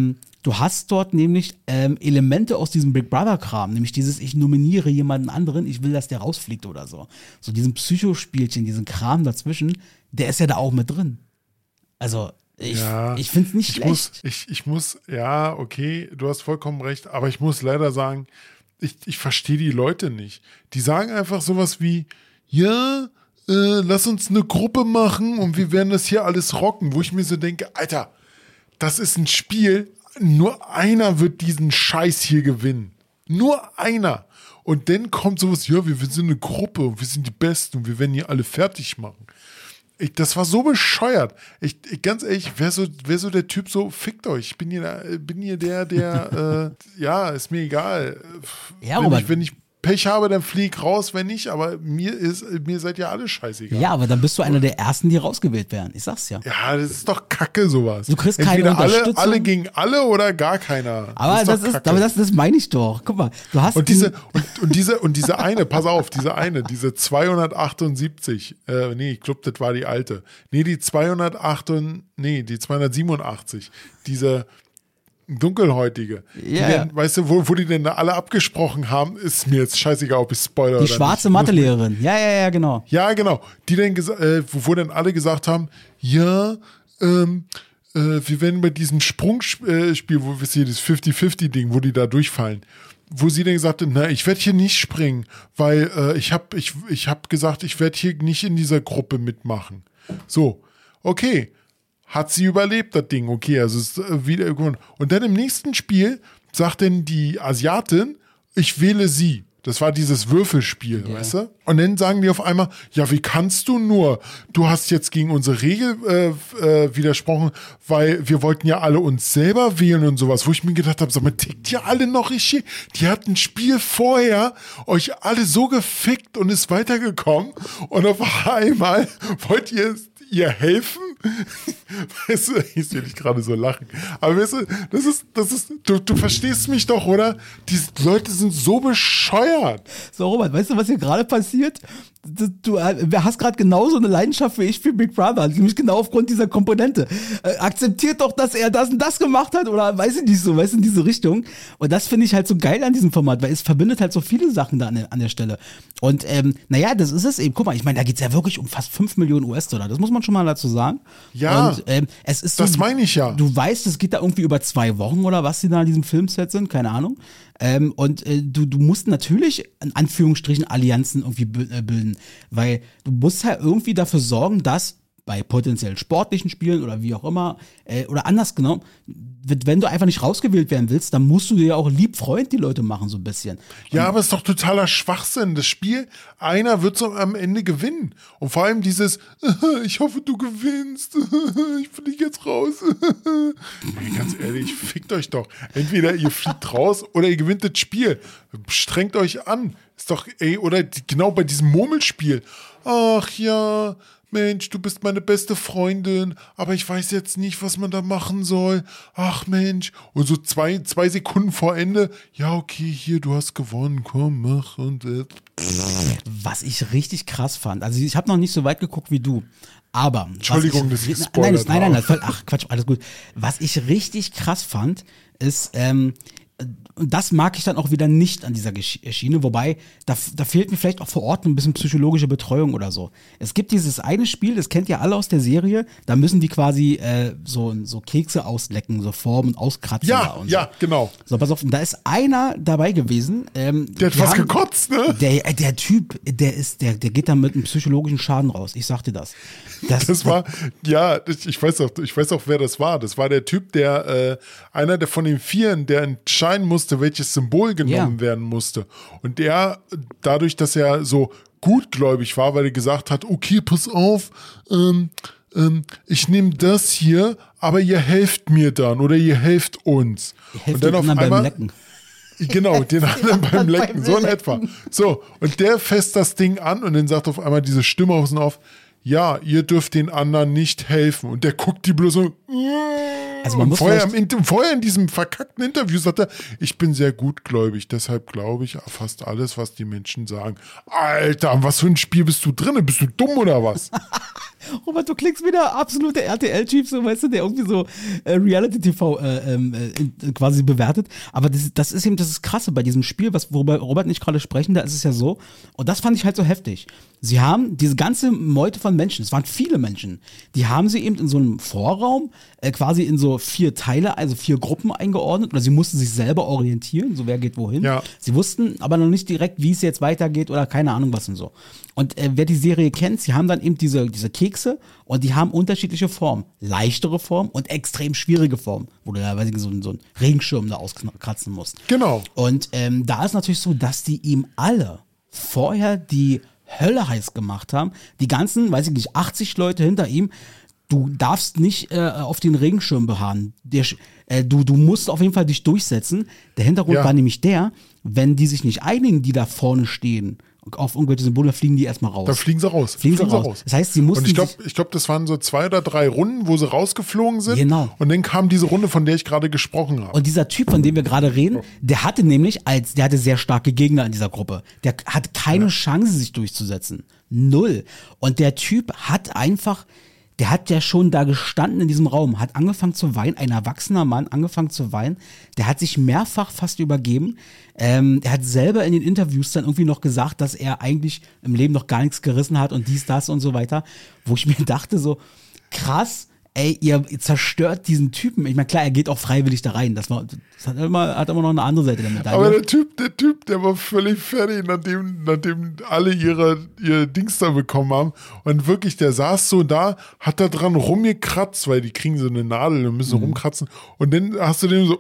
Du hast dort nämlich ähm, Elemente aus diesem Big Brother-Kram, nämlich dieses, ich nominiere jemanden anderen, ich will, dass der rausfliegt oder so. So diesen Psychospielchen, diesen Kram dazwischen, der ist ja da auch mit drin. Also ich, ja, ich finde es nicht ich schlecht. Muss, ich, ich muss, ja, okay, du hast vollkommen recht, aber ich muss leider sagen, ich, ich verstehe die Leute nicht. Die sagen einfach sowas wie, ja, äh, lass uns eine Gruppe machen und wir werden das hier alles rocken, wo ich mir so denke, Alter, das ist ein Spiel, nur einer wird diesen Scheiß hier gewinnen. Nur einer. Und dann kommt sowas, ja, wir, wir sind eine Gruppe und wir sind die Besten und wir werden hier alle fertig machen. Ich, das war so bescheuert. Ich, ich ganz ehrlich, wer so, wer so der Typ so, fickt euch. Ich bin hier, der, bin hier der, der, äh, ja, ist mir egal. Ja, wenn, aber ich, wenn ich Pech habe, dann flieg raus, wenn nicht, aber mir ist, mir seid ja alle scheißegal. Ja, aber dann bist du einer der Ersten, die rausgewählt werden. Ich sag's ja. Ja, das ist doch Kacke, sowas. Du kriegst keine Entweder alle, Unterstützung. alle gegen alle oder gar keiner. Aber das, doch ist, Kacke. aber das, das meine ich doch. Guck mal, du hast Und diese, den- und, und diese, und diese eine, pass auf, diese eine, diese zweihundertachtundsiebzig, äh, nee, ich glaube, das war die alte. Nee, die zweihundertacht, nee, die zweihundertsiebenundachtzig, diese dunkelhäutige. Ja, die werden, ja. weißt du, wo, wo die denn da alle abgesprochen haben, ist mir jetzt scheißegal, ob ich spoiler die oder schwarze nicht. Mathelehrerin. Ja, ja, ja, genau. Ja, genau. Die dann gesa- äh, wo, wo dann alle gesagt haben, ja, ähm, äh, wir werden bei diesem Sprungspiel, wo wir hier das fünfzig fünfzig Ding, wo die da durchfallen, wo sie dann gesagt hat, na, ich werde hier nicht springen, weil äh, ich habe ich, ich hab gesagt, ich werde hier nicht in dieser Gruppe mitmachen. So, okay. Hat sie überlebt, das Ding, okay, also ist äh, wieder gewonnen. Und dann im nächsten Spiel sagt dann die Asiatin, ich wähle sie. Das war dieses Würfelspiel, Ja. weißt du? Und dann sagen die auf einmal, ja, wie kannst du nur? Du hast jetzt gegen unsere Regel äh, äh, widersprochen, weil wir wollten ja alle uns selber wählen und sowas. Wo ich mir gedacht habe, sag mal, tickt ihr alle noch richtig? Die hat ein Spiel vorher euch alle so gefickt und ist weitergekommen. Und auf einmal wollt ihr ihr helfen? Weißt du, ich sehe dich gerade so lachen. Aber weißt du, das ist, das ist, du, du verstehst mich doch, oder? Die Leute sind so bescheuert. So, Robert, weißt du, was hier gerade passiert? Du, du äh, hast gerade genauso eine Leidenschaft wie ich für Big Brother, nämlich genau aufgrund dieser Komponente. Äh, akzeptiert doch, dass er das und das gemacht hat oder weiß ich nicht so, weißt du, in diese Richtung. Und das finde ich halt so geil an diesem Format, weil es verbindet halt so viele Sachen da an der, an der Stelle. Und ähm, naja, das ist es eben. Guck mal, ich meine, da geht es ja wirklich um fast fünf Millionen U S-Dollar. Das muss man schon mal dazu sagen. Ja, und, ähm, es ist so, das meine ich ja. Du weißt, es geht da irgendwie über zwei Wochen oder was die da an diesem Filmset sind, keine Ahnung. Ähm, und äh, du, du musst natürlich in Anführungsstrichen Allianzen irgendwie bi- äh, bilden, weil du musst halt irgendwie dafür sorgen, dass bei potenziell sportlichen Spielen oder wie auch immer, äh, oder anders genommen, wenn du einfach nicht rausgewählt werden willst, dann musst du dir ja auch lieb Freund die Leute machen, so ein bisschen. Ja, aber es ist doch totaler Schwachsinn. Das Spiel, einer wird so am Ende gewinnen. Und vor allem dieses, ich hoffe, du gewinnst. Ich fliege jetzt raus. Ey, ganz ehrlich, fickt euch doch. Entweder ihr fliegt raus oder ihr gewinnt das Spiel. Strengt euch an. Ist doch, ey, oder die, genau bei diesem Murmelspiel. Ach ja, Mensch, du bist meine beste Freundin, aber ich weiß jetzt nicht, was man da machen soll. Ach Mensch. Und so zwei, zwei Sekunden vor Ende, ja, okay, hier, du hast gewonnen, komm, mach und äh. Was ich richtig krass fand, also ich habe noch nicht so weit geguckt wie du, aber Entschuldigung, was dass ich nein, gespoilert nein, nein, nein, habe. ach Quatsch, alles gut. Was ich richtig krass fand, ist, ähm, und das mag ich dann auch wieder nicht an dieser Gesch- Schiene, wobei da, da fehlt mir vielleicht auch vor Ort ein bisschen psychologische Betreuung oder so. Es gibt dieses eine Spiel, das kennt ihr alle aus der Serie, da müssen die quasi äh, so, so Kekse auslecken, so formen und auskratzen. da Ja, und ja, so. genau. So, pass auf, und da ist einer dabei gewesen. Ähm, Der hat die fast haben- gekotzt, ne? Der, äh, der Typ, der ist, der, der geht da mit einem psychologischen Schaden raus. Ich sag dir das. Das, Das war, ja, ich ich weiß auch, ich weiß auch, wer das war. Das war der Typ, der, äh, einer der von den Vieren, der entscheiden musste, welches Symbol genommen Ja. werden musste. Und der, dadurch, dass er so gutgläubig war, weil er gesagt hat, okay, pass auf, ähm, ähm, ich nehme das hier, aber ihr helft mir dann oder ihr helft uns. Ich helf Und dann den auf anderen beim einmal, Lecken. genau, den anderen beim Lecken, beim so in Lecken. etwa. So, und der fässt das Ding an und dann sagt auf einmal diese Stimme außen auf, ja, ihr dürft den anderen nicht helfen. Und der guckt die bloß so. Also man und muss vorher, vielleicht- im, vorher in diesem verkackten Interview sagt er, ich bin sehr gutgläubig, deshalb glaube ich fast alles, was die Menschen sagen. Alter, was für ein Spiel bist du drin? Bist du dumm oder was? Robert, du klingst wie der absolute R T L-Typ, so, weißt du, der irgendwie so äh, Reality-T V äh, ähm, äh, quasi bewertet. Aber das, das ist eben das Krasse bei diesem Spiel, was, worüber Robert nicht gerade sprechen, da ist es ja so. Und das fand ich halt so heftig. Sie haben diese ganze Meute von Menschen, es waren viele Menschen, die haben sie eben in so einem Vorraum äh, quasi in so vier Teile, also vier Gruppen eingeordnet. Oder sie mussten sich selber orientieren, so wer geht wohin. Ja. Sie wussten aber noch nicht direkt, wie es jetzt weitergeht oder keine Ahnung was und so. Und äh, wer die Serie kennt, sie haben dann eben diese, diese Kekse und die haben unterschiedliche Formen. Leichtere Formen und extrem schwierige Formen, wo du ja weiß ich, so, so einen Regenschirm da auskratzen musst. Genau. Und ähm, da ist natürlich so, dass die ihm alle vorher die Hölle heiß gemacht haben. Die ganzen, weiß ich nicht, achtzig Leute hinter ihm. Du darfst nicht äh, auf den Regenschirm beharren. Der, äh, du, du musst auf jeden Fall dich durchsetzen. Der Hintergrund Ja. war nämlich der, wenn die sich nicht einigen, die da vorne stehen, auf irgendwelche Symbole, fliegen die erstmal raus. Da fliegen sie raus. Fliegen sie raus. Das heißt, sie mussten Und ich glaube, sich- ich glaub, das waren so zwei oder drei Runden, wo sie rausgeflogen sind. Genau. Und dann kam diese Runde, von der ich gerade gesprochen habe. Und dieser Typ, von dem wir gerade reden, der hatte nämlich als, der hatte sehr starke Gegner in dieser Gruppe. Der hat keine Chance, sich durchzusetzen. Null. Und der Typ hat einfach, der hat ja schon da gestanden in diesem Raum, hat angefangen zu weinen, ein erwachsener Mann angefangen zu weinen, der hat sich mehrfach fast übergeben. Ähm, er hat selber in den Interviews dann irgendwie noch gesagt, dass er eigentlich im Leben noch gar nichts gerissen hat und dies, das und so weiter, wo ich mir dachte so, krass, ey, ihr zerstört diesen Typen. Ich meine, klar, er geht auch freiwillig da rein. Das, war, das hat, immer, hat immer noch eine andere Seite der Medaille. Aber der Typ, der Typ, der war völlig fertig, nachdem, nachdem alle ihre, ihre Dings da bekommen haben. Und wirklich, der saß so da, hat da dran rumgekratzt, weil die kriegen so eine Nadel und müssen Mhm. rumkratzen. Und dann hast du den so,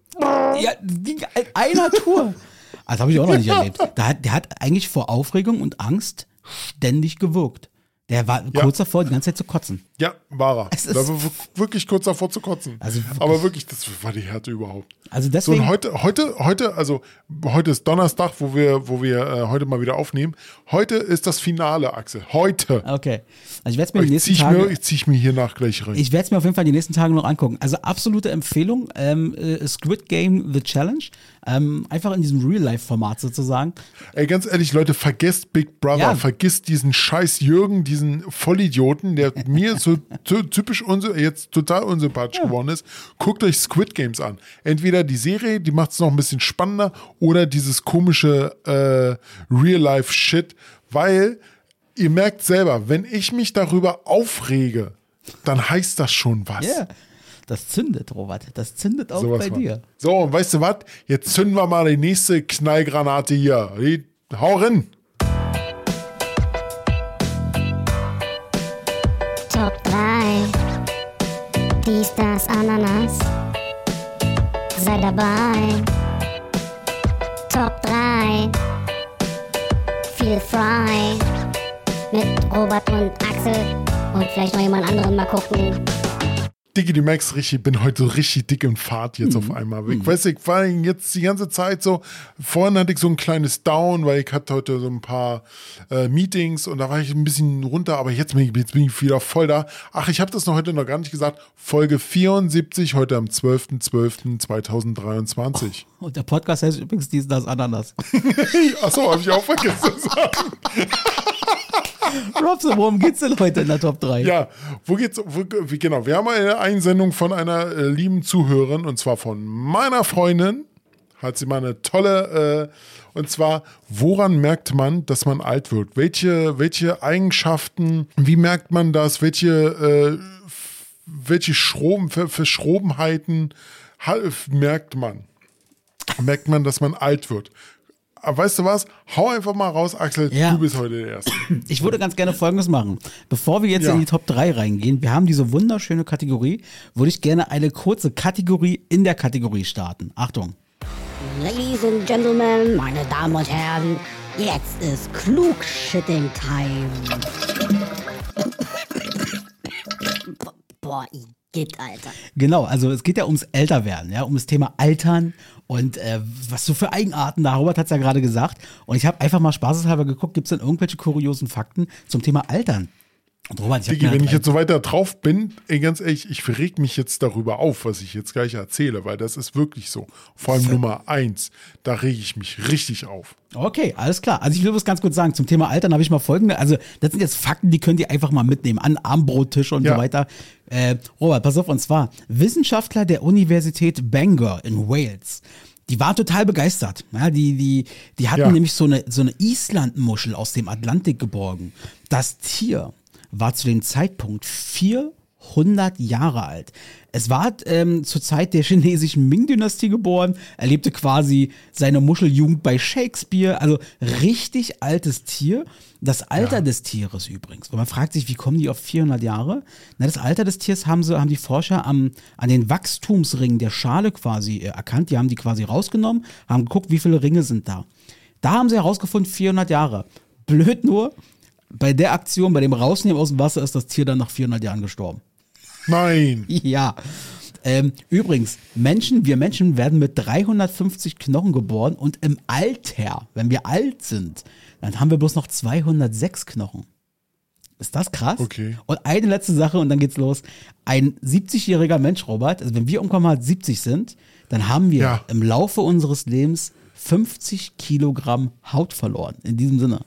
Ja, das ging in einer Tour. Das habe ich auch noch nicht erlebt. Da hat, der hat eigentlich vor Aufregung und Angst ständig gewirkt. Der war Ja. kurz davor, die ganze Zeit zu kotzen. ja, war er. Es ist- Da war wirklich kurz davor zu kotzen. Also wirklich- Aber wirklich, das war die Härte überhaupt. Also So, deswegen. und heute, heute, heute, also heute ist Donnerstag, wo wir, wo wir äh, heute mal wieder aufnehmen. Heute ist das Finale, Axel. Heute. Okay. Also ich werde es mir die Ich nächsten zieh Tage. mir, ich zieh mir hier nach gleich rein. Ich werde es mir auf jeden Fall die nächsten Tage noch angucken. Also absolute Empfehlung. Ähm, äh, Squid Game The Challenge. Ähm, einfach in diesem Real-Life-Format sozusagen. Ey, ganz ehrlich, Leute, vergesst Big Brother, Ja. vergisst diesen scheiß Jürgen, diesen Vollidioten, der mir so, so typisch unsy- jetzt total unsympathisch geworden ist. Guckt euch Squid Games an. Entweder die Serie, die macht es noch ein bisschen spannender, oder dieses komische äh, Real-Life-Shit, weil ihr merkt selber, wenn ich mich darüber aufrege, dann heißt das schon was. Ja. Das zündet, Robert. Das zündet auch Sowas bei von. dir. So, und weißt du was? Jetzt zünden wir mal die nächste Knallgranate hier. Die- Hau rein! Top drei. Dies, das, Ananas. Sei dabei. Top drei. Feel frei. Mit Robert und Axel. Und vielleicht noch jemand anderen mal gucken. Diggi, du merkst richtig, ich bin heute so richtig dick im Fahrt jetzt auf einmal. Ich weiß, ich war jetzt die ganze Zeit so, vorhin hatte ich so ein kleines Down, weil ich hatte heute so ein paar äh, Meetings und da war ich ein bisschen runter, aber jetzt bin ich, jetzt bin ich wieder voll da. Ach, ich habe das noch heute noch gar nicht gesagt. Folge vierundsiebzig, heute am zwölfter zwölfter zweitausenddreiundzwanzig. Und der Podcast heißt übrigens dies, das, Ananas. Achso, habe ich auch vergessen zu sagen. Robson, worum geht's denn heute in der Top drei? Ja, wo geht's, wo, wie, genau, wir haben eine Einsendung von einer äh, lieben Zuhörerin und zwar von meiner Freundin, hat sie mal eine tolle, äh, und zwar, woran merkt man, dass man alt wird? Welche, welche Eigenschaften, wie merkt man das? Welche, äh, welche Schroben, Ver- Verschrobenheiten ha- merkt man? Merkt man, dass man alt wird? Aber weißt du was? Hau einfach mal raus, Axel, Ja. du bist heute der Erste. Ich würde ganz gerne Folgendes machen. Bevor wir jetzt Ja. in die Top drei reingehen, wir haben diese wunderschöne Kategorie, würde ich gerne eine kurze Kategorie in der Kategorie starten. Achtung. Ladies and Gentlemen, meine Damen und Herren, jetzt ist Klugschitting-Time. Boah, Igitt, Alter. Genau, also es geht ja ums Älterwerden, ja, um das Thema Altern und äh, was so für Eigenarten, da Robert hat es ja gerade gesagt. Und ich habe einfach mal spaßeshalber geguckt, gibt es denn irgendwelche kuriosen Fakten zum Thema Altern? Und Robert, ich hab Digi, mir wenn halt ich jetzt so weiter drauf bin, ey, ganz ehrlich, ich reg mich jetzt darüber auf, was ich jetzt gleich erzähle, weil das ist wirklich so. Vor allem Nummer eins, da rege ich mich richtig auf. Okay, alles klar. Also ich will was ganz kurz sagen. Zum Thema Altern habe ich mal folgende, also das sind jetzt Fakten, die könnt ihr einfach mal mitnehmen. An Armbrottisch und Ja. so weiter. Äh, Robert, pass auf, und zwar Wissenschaftler der Universität Bangor in Wales. Die waren total begeistert. Ja, die, die, die hatten Ja. nämlich so eine, so eine Islandmuschel aus dem Atlantik geborgen. Das Tier war zu dem Zeitpunkt vierhundert Jahre alt. Es war ähm, zur Zeit der chinesischen Ming-Dynastie geboren. Er lebte quasi seine Muscheljugend bei Shakespeare. Also richtig altes Tier. Das Alter Ja. des Tieres übrigens. Weil man fragt sich, wie kommen die auf vierhundert Jahre? Na, das Alter des Tiers haben, sie, haben die Forscher am, an den Wachstumsringen der Schale quasi äh, erkannt. Die haben die quasi rausgenommen, haben geguckt, wie viele Ringe sind da. Da haben sie herausgefunden, vierhundert Jahre. Blöd nur, bei der Aktion, bei dem Rausnehmen aus dem Wasser ist das Tier dann nach vierhundert Jahren gestorben. Nein. Ja. Ähm, übrigens, Menschen, wir Menschen werden mit dreihundertfünfzig Knochen geboren und im Alter, wenn wir alt sind, dann haben wir bloß noch zweihundertsechs Knochen. Ist das krass? Okay. Und eine letzte Sache und dann geht's los. Ein siebzigjähriger Mensch, Robert, also wenn wir irgendwann mal siebzig sind, dann haben wir Ja. im Laufe unseres Lebens fünfzig Kilogramm Haut verloren. In diesem Sinne.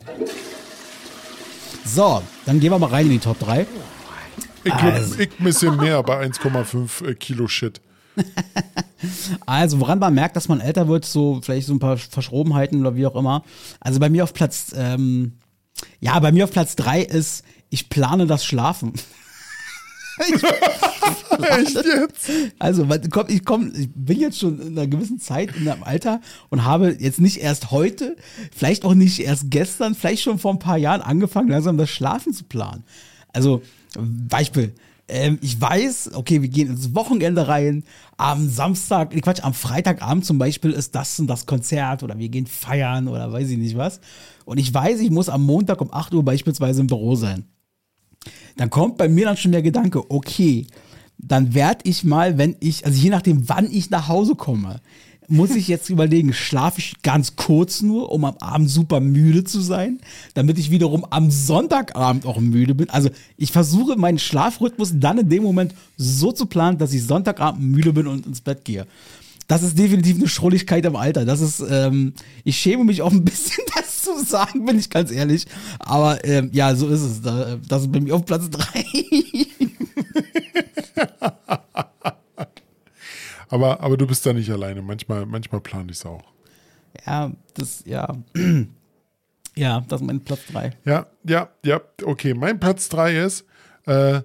So, dann gehen wir mal rein in die Top drei. Ich glaube, Also. ich ein bisschen mehr bei eins Komma fünf äh, Kilo Shit. Also, woran man merkt, dass man älter wird, so vielleicht so ein paar Verschrobenheiten oder wie auch immer. Also bei mir auf Platz, ähm, ja, bei mir auf Platz drei ist, ich plane das Schlafen. ich, Echt jetzt? also, weil, komm, ich komm, ich bin jetzt schon in einer gewissen Zeit in einem Alter und habe jetzt nicht erst heute, vielleicht auch nicht erst gestern, vielleicht schon vor ein paar Jahren angefangen, langsam das Schlafen zu planen. Also, Beispiel. Ähm, ich weiß, okay, wir gehen ins Wochenende rein. Am Samstag, nee, Quatsch, am Freitagabend zum Beispiel ist das und das Konzert oder wir gehen feiern oder weiß ich nicht was. Und ich weiß, ich muss am Montag um acht Uhr beispielsweise im Büro sein. Dann kommt bei mir dann schon der Gedanke, okay, dann werde ich mal, wenn ich, also je nachdem, wann ich nach Hause komme, muss ich jetzt überlegen, schlafe ich ganz kurz nur, um am Abend super müde zu sein, damit ich wiederum am Sonntagabend auch müde bin. Also ich versuche meinen Schlafrhythmus dann in dem Moment so zu planen, dass ich Sonntagabend müde bin und ins Bett gehe. Das ist definitiv eine Schrulligkeit im Alter. Das ist, ähm, ich schäme mich auch ein bisschen, das zu sagen, bin ich ganz ehrlich. Aber ähm, ja, so ist es. Das ist bei mir auf Platz drei. Aber, aber du bist da nicht alleine. Manchmal, manchmal plane ich es auch. Ja, das, ja. Ja, das ist mein Platz drei. Ja, ja, ja. Okay, mein Platz drei ist, äh,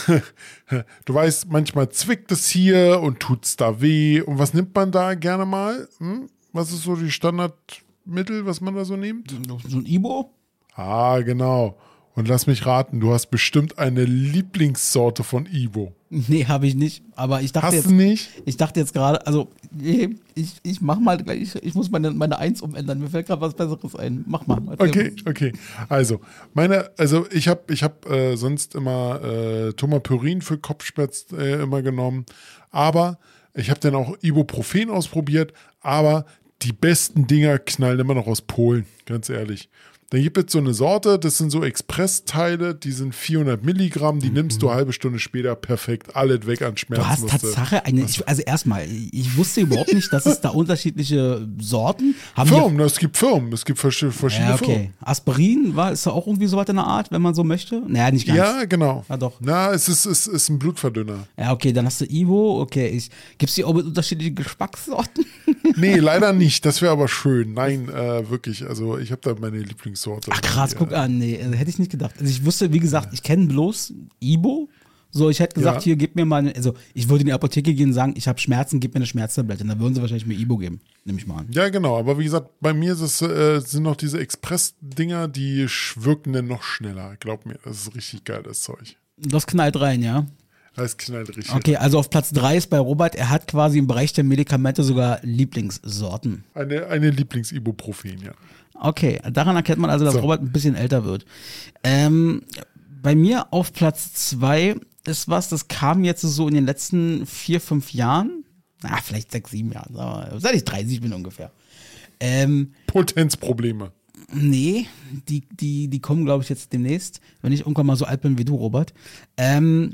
du weißt, manchmal zwickt es hier und tut's da weh. Und was nimmt man da gerne mal? Hm? Was ist so die Standardmittel, was man da so nimmt? So ein Ibo? Ah, genau. Und lass mich raten, du hast bestimmt eine Lieblingssorte von Ibo. Nee, habe ich nicht. Aber ich dachte Hast jetzt, du nicht? ich dachte jetzt gerade, also, nee, ich, ich mach mal gleich, ich muss meine, meine Eins umändern. Mir fällt gerade was Besseres ein. Mach mal. Erzähl Okay, mal. okay. Also, meine, also ich habe ich hab, äh, sonst immer äh, Tomapyrin für Kopfschmerz äh, immer genommen. Aber ich habe dann auch Ibuprofen ausprobiert. Aber die besten Dinger knallen immer noch aus Polen, ganz ehrlich. Dann gibt es so eine Sorte, das sind so Expressteile, die sind vierhundert Milligramm, die nimmst du eine halbe Stunde später perfekt, alles weg an Schmerzen. Du hast was du- Tatsache eine, ich, also erstmal, ich wusste überhaupt nicht, dass es da unterschiedliche Sorten haben. die- Firmen, es gibt Firmen, es gibt verschiedene, verschiedene Ja, Firmen. okay. Aspirin war, ist da auch irgendwie so was in der Art, wenn man so möchte? Naja, nicht ganz. Ja, genau. Ja, doch. Na, es ist, es ist ein Blutverdünner. Ja, okay, dann hast du Ivo, okay. Ich, gibt's die auch mit unterschiedlichen Geschmackssorten? Nee, leider nicht. Das wäre aber schön. Nein, äh, wirklich. Also ich habe da meine Lieblingssorte. Ach krass, Die, guck äh, an, nee, äh, hätte ich nicht gedacht. Also ich wusste, wie gesagt, ich kenne bloß Ibo. So, ich hätte gesagt, Ja. hier, gib mir mal eine, also ich würde in die Apotheke gehen und sagen, ich habe Schmerzen, gib mir eine Schmerztablette. Dann würden sie wahrscheinlich mir Ibo geben, nehme ich mal an. Ja, genau. Aber wie gesagt, bei mir ist es, äh, sind noch diese Express-Dinger, die sch- wirken dann noch schneller. Glaub mir, das ist richtig geil, das Zeug. Das knallt rein, ja. Das knallt richtig. Okay, also auf Platz drei ist bei Robert, er hat quasi im Bereich der Medikamente sogar Lieblingssorten. Eine, eine Lieblings-Ibuprofen, ja. Okay, daran erkennt man also, dass So. Robert ein bisschen älter wird. Ähm, bei mir auf Platz zwei ist was, das kam jetzt so in den letzten vier, fünf Jahren. Na, vielleicht sechs, sieben Jahren. sagen wir mal. Seit ich dreißig bin ungefähr. Ähm, Potenzprobleme. Nee, die, die, die kommen, glaube ich, jetzt demnächst, wenn ich irgendwann mal so alt bin wie du, Robert. Ähm,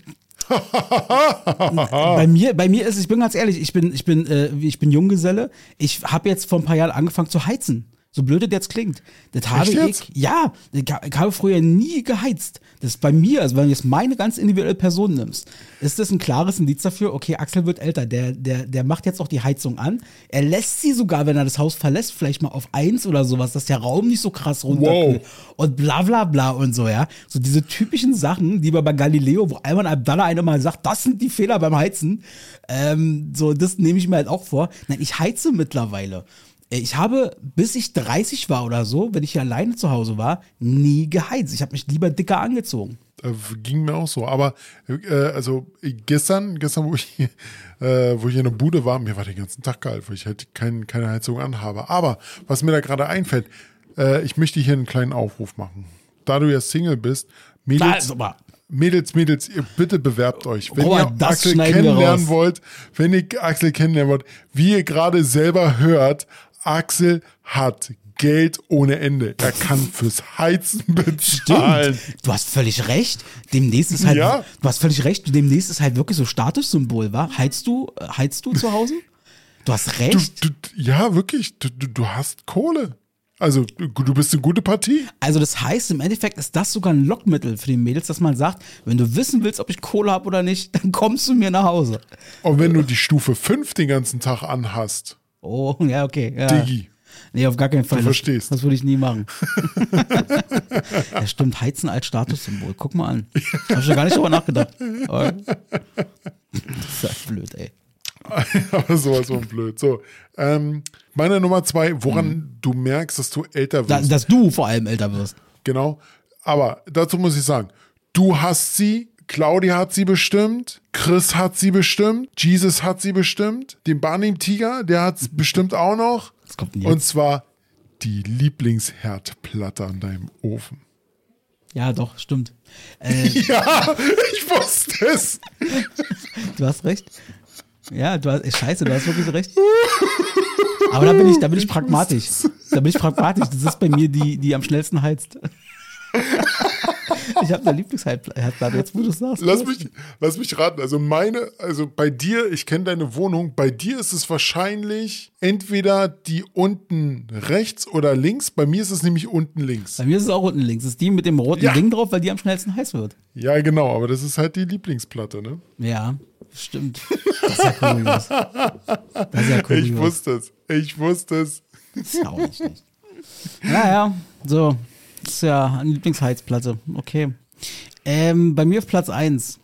bei mir, bei mir ist, ich bin ganz ehrlich, ich bin, ich bin, äh, ich bin Junggeselle. Ich habe jetzt vor ein paar Jahren angefangen zu heizen. So blöd das jetzt klingt. Das habe ich, ja, ich habe früher nie geheizt. Das ist bei mir, also wenn du jetzt meine ganz individuelle Person nimmst, ist das ein klares Indiz dafür, okay, Axel wird älter, der, der, der macht jetzt auch die Heizung an. Er lässt sie sogar, wenn er das Haus verlässt, vielleicht mal auf eins oder sowas, dass der Raum nicht so krass runterkühlt. Wow. Und bla bla bla und so, ja. So diese typischen Sachen, die man bei Galileo, wo Alman Abdallah einer mal sagt, das sind die Fehler beim Heizen. Ähm, so, das nehme ich mir halt auch vor. Nein, ich heize mittlerweile. Ich habe, bis ich dreißig war oder so, wenn ich hier alleine zu Hause war, nie geheizt. Ich habe mich lieber dicker angezogen. Äh, ging mir auch so. Aber äh, also gestern, gestern, wo ich, äh, wo ich in der Bude war, mir war den ganzen Tag kalt, weil ich halt kein, keine Heizung anhabe. Aber was mir da gerade einfällt, äh, ich möchte hier einen kleinen Aufruf machen. Da du ja Single bist, Mädels, Mädels, Mädels, ihr bitte bewerbt euch. Wenn oh, ihr Axel kennenlernen wollt, wenn ihr Axel kennenlernen wollt, wie ihr gerade selber hört, Axel hat Geld ohne Ende. Er kann fürs Heizen bezahlen. Stimmt. Du hast völlig recht. Demnächst ist halt, ja. du hast völlig recht. Demnächst ist halt wirklich so Statussymbol, wa? Heizt du, heizt du zu Hause? Du hast recht. Du, du, ja, wirklich. Du, du, du hast Kohle. Also, du, du bist eine gute Partie. Also, das heißt, im Endeffekt ist das sogar ein Lockmittel für die Mädels, dass man sagt, wenn du wissen willst, ob ich Kohle habe oder nicht, dann kommst du mir nach Hause. Und wenn du die Stufe fünf den ganzen Tag anhast. Oh, ja, okay. Ja. Diggi. Nee, auf gar keinen Fall. Du verstehst. Das, das würde ich nie machen. Ja, stimmt, Heizen als Statussymbol. Guck mal an. Hab ich ja gar nicht drüber nachgedacht. Aber das ist ja blöd, ey. Aber sowas von blöd. So, ähm, meine Nummer zwei, woran hm. du merkst, dass du älter wirst. Da, dass du vor allem älter wirst. Genau. Aber dazu muss ich sagen, du hast sie, Claudia hat sie bestimmt, Chris hat sie bestimmt, Jesus hat sie bestimmt, den Barnim Tiger, der hat es bestimmt auch noch. Was kommt denn jetzt? Und zwar die Lieblingsherdplatte an deinem Ofen. Ja, doch, stimmt. Äh, ja, ich wusste es. Du hast recht. Ja, du hast, scheiße, du hast wirklich recht. Aber da bin ich, da bin ich pragmatisch. Da bin ich pragmatisch. Das ist bei mir die, die am schnellsten heizt. Ich habe eine Lieblingsherdplatte, jetzt wo du es sagst. Lass mich, lass mich raten. Also meine, also bei dir, ich kenne deine Wohnung, bei dir ist es wahrscheinlich entweder die unten rechts oder links. Bei mir ist es nämlich unten links. Bei mir ist es auch unten links. Das ist die mit dem roten ja. Ding drauf, weil die am schnellsten heiß wird. Ja, genau, aber das ist halt die Lieblingsplatte, ne? Ja, stimmt. Das ist ja kurios. Das ist ja kurios. Ich wusste es. Ich wusste es. Das ist ja auch nicht schlecht. Naja, so. Das ist ja eine Lieblingsheizplatte. Okay. Ähm, bei mir auf Platz eins.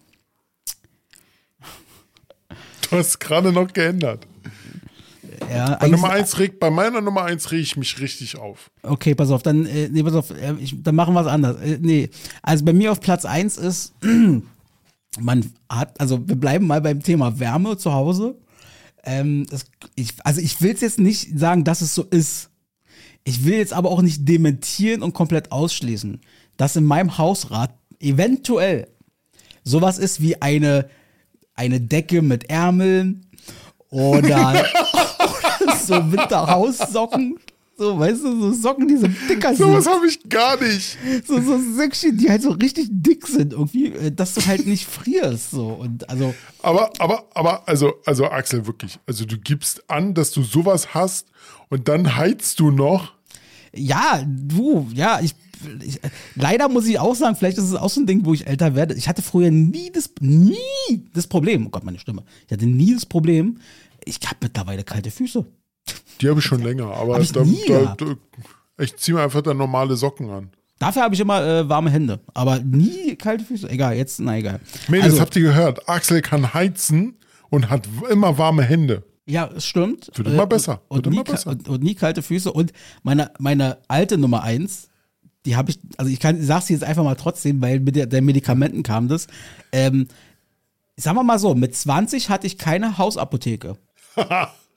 Du hast gerade noch geändert. Ja, bei, Nummer eins reg, bei meiner Nummer eins rege ich mich richtig auf. Okay, pass auf, dann, äh, nee, pass auf, äh, ich, dann machen wir es anders. Äh, nee, also bei mir auf Platz eins ist, man hat, also wir bleiben mal beim Thema Wärme zu Hause. Ähm, das, ich, also ich will es jetzt nicht sagen, dass es so ist. Ich will jetzt aber auch nicht dementieren und komplett ausschließen, dass in meinem Hausrat eventuell sowas ist wie eine, eine Decke mit Ärmeln oder, oder so Winterhaussocken. So, weißt du, so Socken, die so dicker sind. Sowas habe ich gar nicht. So, so Säckchen, die halt so richtig dick sind, irgendwie, dass du halt nicht frierst. So. Und also aber, aber, aber, also, also Axel, wirklich, also du gibst an, dass du sowas hast und dann heizt du noch. Ja, du, ja, ich, ich leider muss ich auch sagen, vielleicht ist es auch so ein Ding, wo ich älter werde. Ich hatte früher nie das, nie das Problem, oh Gott, meine Stimme, ich hatte nie das Problem, ich habe mittlerweile kalte Füße. Die habe ich schon länger, aber ich, da, nie da, da, ich ziehe mir einfach dann normale Socken an. Dafür habe ich immer äh, warme Hände, aber nie kalte Füße. Egal, jetzt, na egal. Mädels, also, habt ihr gehört? Axel kann heizen und hat immer warme Hände. Ja, es stimmt. Wird immer besser. Und, Wird und, immer nie, besser. Und, und nie kalte Füße. Und meine, meine alte Nummer eins, die habe ich, also ich kann, ich sag's jetzt einfach mal trotzdem, weil mit der, der Medikamenten kam das. Ähm, sagen wir mal so, mit zwanzig hatte ich keine Hausapotheke.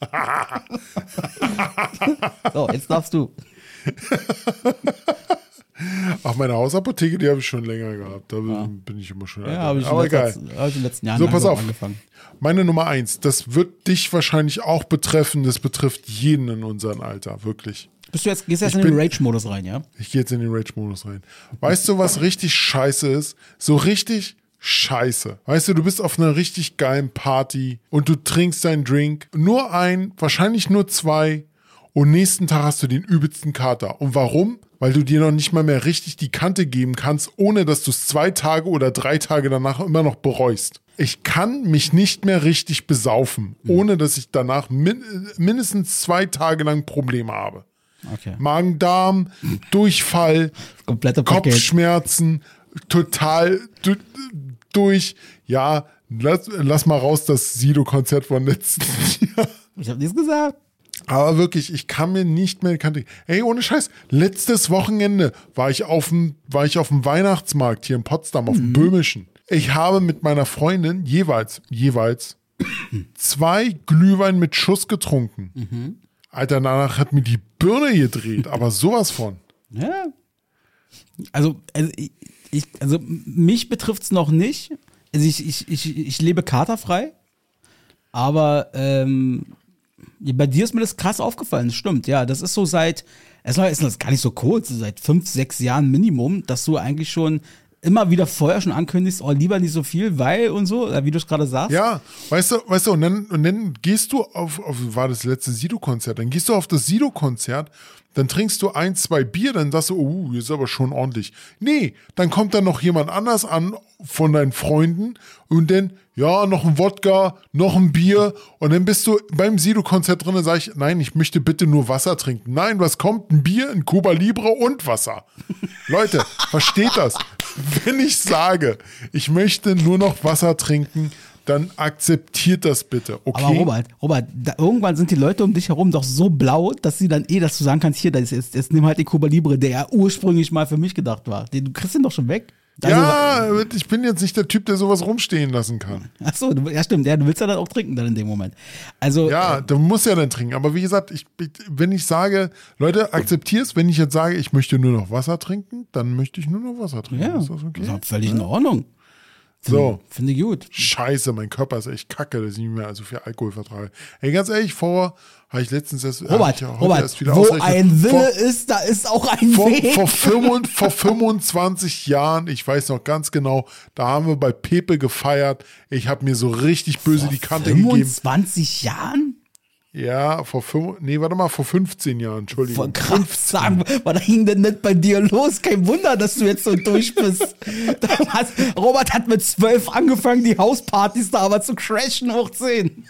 So, jetzt darfst du. Ach, meine Hausapotheke, die habe ich schon länger gehabt. Da ja. bin ich immer schon. Ja, habe ich, aber egal. Hab ich in den letzten Jahren so, pass auf. angefangen. Meine Nummer eins, das wird dich wahrscheinlich auch betreffen. Das betrifft jeden in unserem Alter, wirklich. Bist du jetzt, gehst du jetzt ich in den Rage-Modus rein, ja? Ich gehe jetzt in den Rage-Modus rein. Weißt du, was richtig scheiße ist? So richtig scheiße. Weißt du, du bist auf einer richtig geilen Party und du trinkst deinen Drink. Nur ein, wahrscheinlich nur zwei. Und nächsten Tag hast du den übelsten Kater. Und warum? Weil du dir noch nicht mal mehr richtig die Kante geben kannst, ohne dass du es zwei Tage oder drei Tage danach immer noch bereust. Ich kann mich nicht mehr richtig besaufen, ohne dass ich danach min- mindestens zwei Tage lang Probleme habe. Okay. Magen-Darm, Durchfall, komplette Kopfschmerzen, total du- durch. Ja, lass, lass mal raus das Sido-Konzert von letzten Jahr. Ich habe nichts gesagt. Aber wirklich, ich kann mir nicht mehr die Kante. Ey, ohne Scheiß, letztes Wochenende war ich auf dem, war ich auf dem Weihnachtsmarkt hier in Potsdam, auf dem mhm. Böhmischen. Ich habe mit meiner Freundin jeweils, jeweils zwei Glühwein mit Schuss getrunken. Mhm. Alter, danach hat mir die Birne gedreht, aber sowas von. Ja. Also, also, ich, also mich betrifft es noch nicht. Also ich, ich, ich, ich lebe katerfrei, aber ähm, bei dir ist mir das krass aufgefallen, das stimmt. Ja, das ist so seit, es ist das gar nicht so kurz, seit fünf, sechs Jahren Minimum, dass du eigentlich schon immer wieder vorher schon ankündigst, oh, lieber nicht so viel, weil und so, wie du es gerade sagst. Ja, weißt du, weißt du, und dann, und dann gehst du auf, auf, war das letzte Sido-Konzert, dann gehst du auf das Sido-Konzert, dann trinkst du ein, zwei Bier, dann sagst du, oh, hier ist aber schon ordentlich. Nee, dann kommt dann noch jemand anders an von deinen Freunden und dann, ja, noch ein Wodka, noch ein Bier und dann bist du beim Sido-Konzert drin und sag ich, nein, ich möchte bitte nur Wasser trinken. Nein, was kommt? Ein Bier, ein Cuba Libre und Wasser. Leute, versteht das? Wenn ich sage, ich möchte nur noch Wasser trinken, dann akzeptiert das bitte, okay? Aber Robert, Robert, da, irgendwann sind die Leute um dich herum doch so blau, dass sie dann eh, dass du sagen kannst, hier, das ist jetzt, jetzt nimm halt den Cuba Libre, der ja ursprünglich mal für mich gedacht war. Den, du kriegst den doch schon weg. Also, ja, ich bin jetzt nicht der Typ, der sowas rumstehen lassen kann. Ach so, du, ja stimmt, ja, du willst ja dann auch trinken dann in dem Moment. Also ja, äh, du musst ja dann trinken. Aber wie gesagt, ich, wenn ich sage, Leute, akzeptier's, wenn ich jetzt sage, ich möchte nur noch Wasser trinken, dann möchte ich nur noch Wasser trinken. Ja, ist das okay? Das ist völlig in Ordnung. So. Finde ich gut. Scheiße, mein Körper ist echt kacke, dass ich nicht mehr so viel Alkohol vertrage. Ey, ganz ehrlich, vor, habe ich letztens erst, Robert, ja, Robert, erst wieder wo ein Wille vor, ist, da ist auch ein vor, Weg. Vor, fünf, vor fünfundzwanzig Jahren, ich weiß noch ganz genau, da haben wir bei Pepe gefeiert. Ich habe mir so richtig böse vor die Kante fünfundzwanzig gegeben. Jahren? Ja, vor fünf, nee, warte mal, vor fünfzehn Jahren, Entschuldigung. Von krass sagen, was ging denn nicht bei dir los? Kein Wunder, dass du jetzt so durch bist. Hast, Robert hat mit zwölf angefangen, die Hauspartys da aber zu crashen hoch zehn.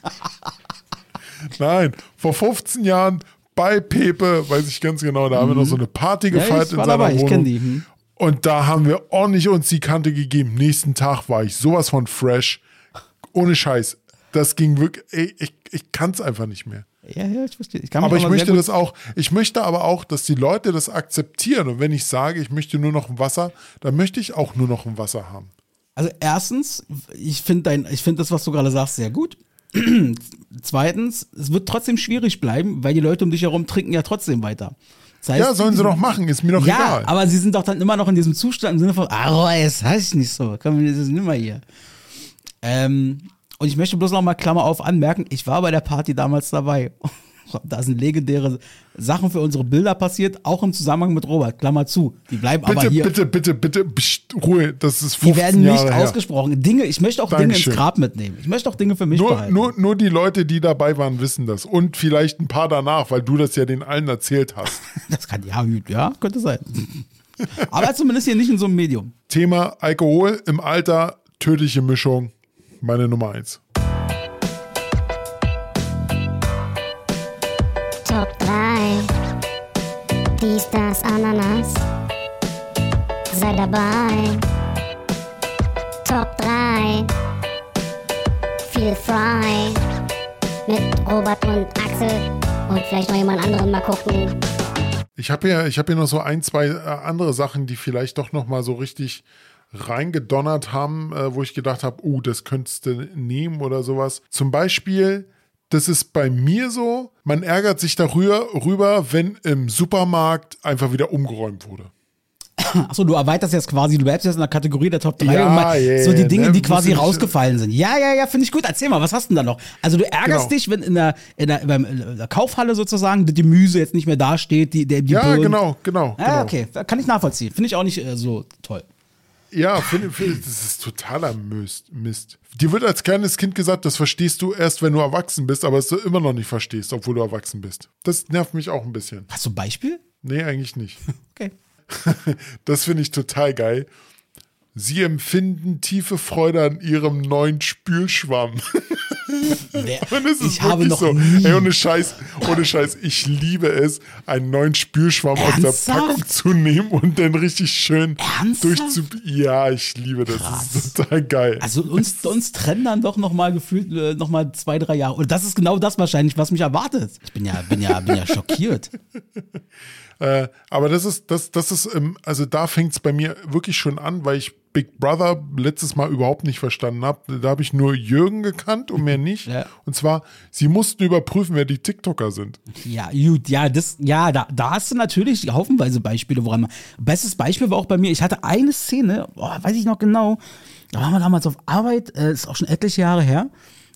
Nein, vor fünfzehn Jahren bei Pepe, weiß ich ganz genau, da haben wir noch so eine Party gefeiert ja, in seiner dabei, Wohnung. Ich kenn die. Hm. Und da haben wir ordentlich uns die Kante gegeben. Nächsten Tag war ich sowas von fresh. Ohne Scheiß. Das ging wirklich, ey, ich, ich kann es einfach nicht mehr. Ja, ja, ich verstehe. Ich kann mich aber ich aber möchte das auch, ich möchte aber auch, dass die Leute das akzeptieren. Und wenn ich sage, ich möchte nur noch ein Wasser, dann möchte ich auch nur noch ein Wasser haben. Also erstens, ich finde dein, ich finde das, was du gerade sagst, sehr gut. Zweitens, es wird trotzdem schwierig bleiben, weil die Leute um dich herum trinken ja trotzdem weiter. Das heißt, ja, sollen sie doch machen, ist mir doch ja, egal. Aber sie sind doch dann immer noch in diesem Zustand im Sinne von, ah, das heißt nicht so, komm, das ist nicht mehr hier. Ähm, und ich möchte bloß noch mal Klammer auf anmerken, ich war bei der Party damals dabei. Da sind legendäre Sachen für unsere Bilder passiert, auch im Zusammenhang mit Robert, Klammer zu. Die bleiben bitte, aber hier. Bitte, bitte, bitte, bitte, Ruhe, das ist fünfzehn Die werden nicht Jahre ausgesprochen. Dinge, ich möchte auch Dankeschön. Dinge ins Grab mitnehmen. Ich möchte auch Dinge für mich nur, behalten. Nur, nur die Leute, die dabei waren, wissen das. Und vielleicht ein paar danach, weil du das ja den allen erzählt hast. Das kann, ja, ja, könnte sein. Aber zumindest hier nicht in so einem Medium. Thema Alkohol im Alter, tödliche Mischung, meine Nummer eins. Top drei. Dies, das, Ananas. Sei dabei. Top drei. Feel frei. Mit Robert und Axel. Und vielleicht noch jemand anderen mal gucken. Ich habe hier, ich hab hier noch so ein, zwei äh, andere Sachen, die vielleicht doch noch mal so richtig reingedonnert haben, äh, wo ich gedacht habe, uh, das könntest du nehmen oder sowas. Zum Beispiel, das ist bei mir so, man ärgert sich darüber, rüber, wenn im Supermarkt einfach wieder umgeräumt wurde. Achso, du erweiterst jetzt quasi, du bleibst jetzt in der Kategorie der Top drei Ja, und mal yeah, so die Dinge, ne, die quasi musst du nicht- rausgefallen sind. Ja, ja, ja, finde ich gut. Erzähl mal, was hast du denn da noch? Also du ärgerst Genau. dich, wenn in der, in der, beim, in der Kaufhalle sozusagen das Gemüse jetzt nicht mehr dasteht, die, der, die Ja, Birnen. genau, genau. Ja, genau. okay, kann ich nachvollziehen. Finde ich auch nicht äh, so toll. Ja, finde, finde, das ist totaler Mist, Mist. Dir wird als kleines Kind gesagt, das verstehst du erst, wenn du erwachsen bist, aber es du immer noch nicht verstehst, obwohl du erwachsen bist. Das nervt mich auch ein bisschen. Hast du ein Beispiel? Nee, eigentlich nicht. Okay. Das finde ich total geil. Sie empfinden tiefe Freude an ihrem neuen Spülschwamm. Wer, Und es ist ich habe wirklich noch so. nie. Ey, ohne Scheiß, ohne Scheiß, ich liebe es, einen neuen Spülschwamm aus Ernsthaft? der Packung zu nehmen und dann richtig schön Ernsthaft? durchzu. Ja, ich liebe das. Das ist total geil. Also uns, uns trennen dann doch noch mal gefühlt äh, noch mal zwei, drei Jahre. Und das ist genau das wahrscheinlich, was mich erwartet. Ich bin ja, bin ja, bin ja schockiert. Äh, aber das ist, das, das ist, ähm, also da fängt es bei mir wirklich schon an, weil ich Big Brother letztes Mal überhaupt nicht verstanden habe. Da habe ich nur Jürgen gekannt und mehr nicht. Ja. Und zwar, sie mussten überprüfen, wer die TikToker sind. Ja, gut, ja, das, ja, da, da hast du natürlich haufenweise Beispiele, woran man. Bestes Beispiel war auch bei mir, ich hatte eine Szene, boah, weiß ich noch genau, da waren wir damals auf Arbeit, äh, ist auch schon etliche Jahre her.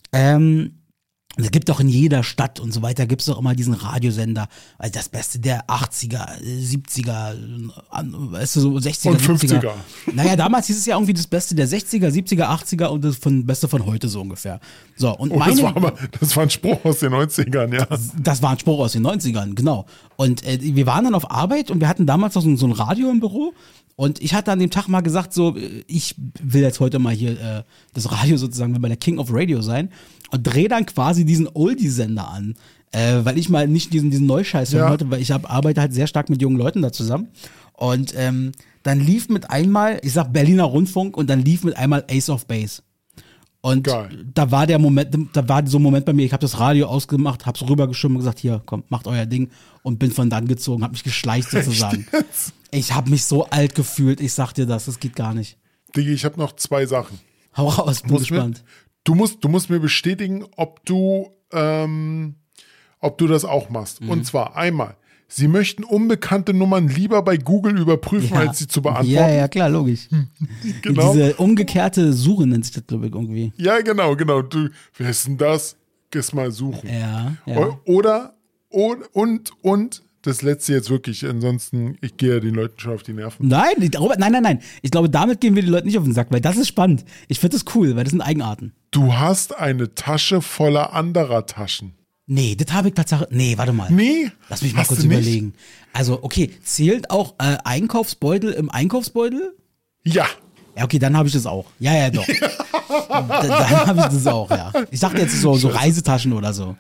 Ähm, es gibt doch in jeder Stadt und so weiter, gibt es doch immer diesen Radiosender, also das Beste der achtziger, siebziger, an- weißt du, so sechziger, Und siebziger. fünfziger. Naja, damals hieß es ja irgendwie das Beste der sechziger, siebziger, achtziger und das von, Beste von heute so ungefähr. So, und Oh, meine, das, war aber, das war ein Spruch aus den neunzigern, ja. das war ein Spruch aus den neunzigern, genau. Und äh, wir waren dann auf Arbeit und wir hatten damals noch so, so ein Radio im Büro. Und ich hatte an dem Tag mal gesagt, so, äh, ich will jetzt heute mal hier äh, das Radio sozusagen, will mal der King of Radio sein. Und drehe dann quasi diesen Oldie-Sender an. Äh, weil ich mal nicht diesen, diesen Neuscheiß hören Ja. wollte, weil ich hab, arbeite halt sehr stark mit jungen Leuten da zusammen. Und ähm, dann lief mit einmal, ich sag Berliner Rundfunk, und dann lief mit einmal Ace of Base. Und Geil. da war der Moment, da war so ein Moment bei mir, ich habe das Radio ausgemacht, hab's rübergeschoben und gesagt, hier, komm, macht euer Ding, und bin von dann gezogen, hab mich geschleicht sozusagen. Jetzt? Ich habe mich so alt gefühlt, ich sag dir das, das geht gar nicht. Digi, ich habe noch zwei Sachen. Hau raus, bin Musst mir, gespannt. du, musst, du musst mir bestätigen, ob du, ähm, ob du das auch machst. Mhm. Und zwar einmal, sie möchten unbekannte Nummern lieber bei Google überprüfen, als sie zu beantworten. Ja, ja, klar, logisch. Genau. Diese umgekehrte Suche nennt sich das, glaube ich, irgendwie. Ja, genau, genau. Du, wer ist denn das? Gehst mal suchen. Ja, ja. O- Oder, und, und, und, das letzte jetzt wirklich, ansonsten, ich gehe ja den Leuten schon auf die Nerven. Nein, ich- Robert, nein, nein, nein. Ich glaube, damit gehen wir die Leute nicht auf den Sack, weil das ist spannend. Ich finde das cool, weil das sind Eigenarten. Du hast eine Tasche voller anderer Taschen. Nee, das habe ich tatsächlich. Nee, warte mal. Nee? Lass mich mal Hast kurz du nicht? überlegen. Also, okay, zählt auch äh, Einkaufsbeutel im Einkaufsbeutel? Ja. Ja, okay, dann habe ich das auch. Ja, ja, doch. Da- dann habe ich das auch, ja. Ich dachte jetzt so, so Reisetaschen oder so.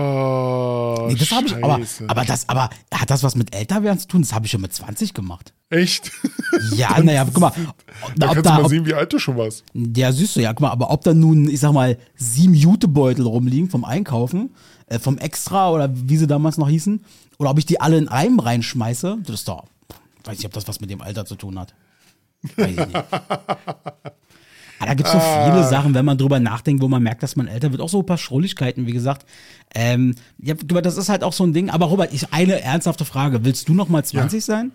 Oh, Nee, das habe ich, aber, Scheiße. aber das, aber hat das was mit Älterwerden zu tun? Das habe ich schon mit zwanzig gemacht. Echt? Ja, naja, guck mal. Da Ob kannst da, du mal ob, sehen, wie alt du schon warst. ja, siehst du, ja, guck mal, aber ob da nun, ich sag mal, sieben Jutebeutel rumliegen vom Einkaufen, äh, vom Extra oder wie sie damals noch hießen, oder ob ich die alle in einem reinschmeiße, das ist doch, weiß nicht, ob das was mit dem Alter zu tun hat. Weiß ich nicht. Aber da gibt es so viele Sachen, wenn man drüber nachdenkt, wo man merkt, dass man älter wird. Auch so ein paar Schrulligkeiten, wie gesagt. Ähm, ja, das ist halt auch so ein Ding. Aber Robert, ich, eine ernsthafte Frage. Willst du noch mal zwanzig sein?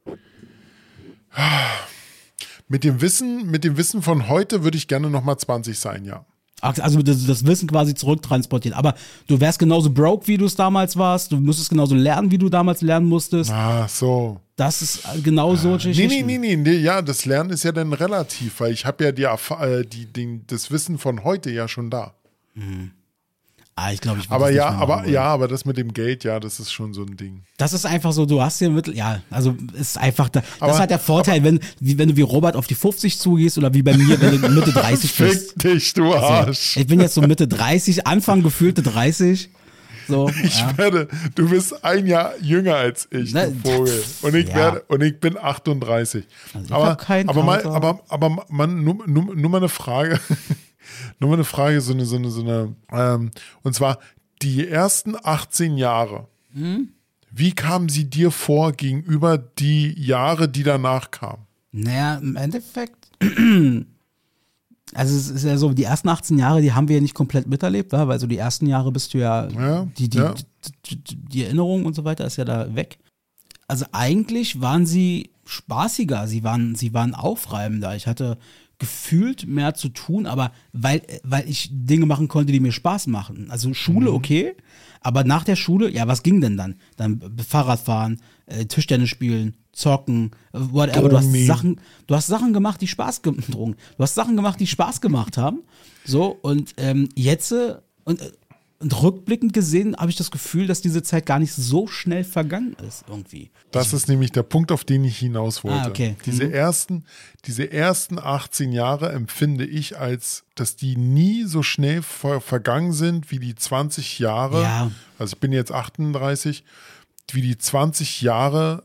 Mit dem Wissen, mit dem Wissen von heute würde ich gerne nochmal zwanzig sein, ja. Ach, also das, das Wissen quasi zurücktransportiert. Aber du wärst genauso broke, wie du es damals warst. Du müsstest genauso lernen, wie du damals lernen musstest. Ah, so. Das ist genau so. Nee, nee, nee, nee, nee, ja, das Lernen ist ja dann relativ, weil ich habe ja die, Erf- äh, die, den, das Wissen von heute ja schon da. Ah, ich glaube, ich würd Aber das nicht ja, mehr aber machen wollen. ja, aber das mit dem Geld, ja, das ist schon so ein Ding. Das ist einfach so, du hast hier Mittel, ja, also ist einfach, da, das Aber- hat der Vorteil, wenn, wie, wenn du wie Robert auf die fünfzig zugehst oder wie bei mir, wenn du Mitte dreißig bist. Fick dich, du Arsch. Ich bin jetzt so Mitte dreißig, Anfang gefühlte dreißig. So, Ich ja. werde, du bist ein Jahr jünger als ich, Ne, du Vogel. Und ich ja. werde, und ich bin achtunddreißig. Also ich aber, hab kein aber mal, Alter. aber, aber man, nur, nur, nur mal eine Frage, nur mal eine Frage, so eine, so eine, so eine, ähm, und zwar die ersten achtzehn Jahre. Hm? Wie kamen sie dir vor gegenüber die Jahre, die danach kamen? Naja, im Endeffekt, also es ist ja so, die ersten achtzehn Jahre, die haben wir ja nicht komplett miterlebt, wa? Weil so die ersten Jahre bist du ja, Ja, die, die, ja. die, die Erinnerung und so weiter ist ja da weg. Also eigentlich waren sie spaßiger, sie waren, sie waren aufreibender. Ich hatte gefühlt mehr zu tun, aber weil, weil ich Dinge machen konnte, die mir Spaß machen. Also Schule, Mhm. okay, aber nach der Schule, ja, was ging denn dann? Dann Fahrradfahren, äh, Tischtennis spielen, zocken, äh, whatever. Du hast Drogen. Sachen, du hast Sachen gemacht, die Spaß gemacht haben. Du hast Sachen gemacht, die Spaß gemacht haben. So, und ähm, jetzt äh, und, äh, und rückblickend gesehen habe ich das Gefühl, dass diese Zeit gar nicht so schnell vergangen ist, irgendwie. Das ist nämlich der Punkt, auf den ich hinaus wollte. Ah, okay. Diese Mhm. ersten, diese ersten achtzehn Jahre empfinde ich als, dass die nie so schnell ver vergangen sind wie die zwanzig Jahre. Ja. Also ich bin jetzt achtunddreißig, wie die zwanzig Jahre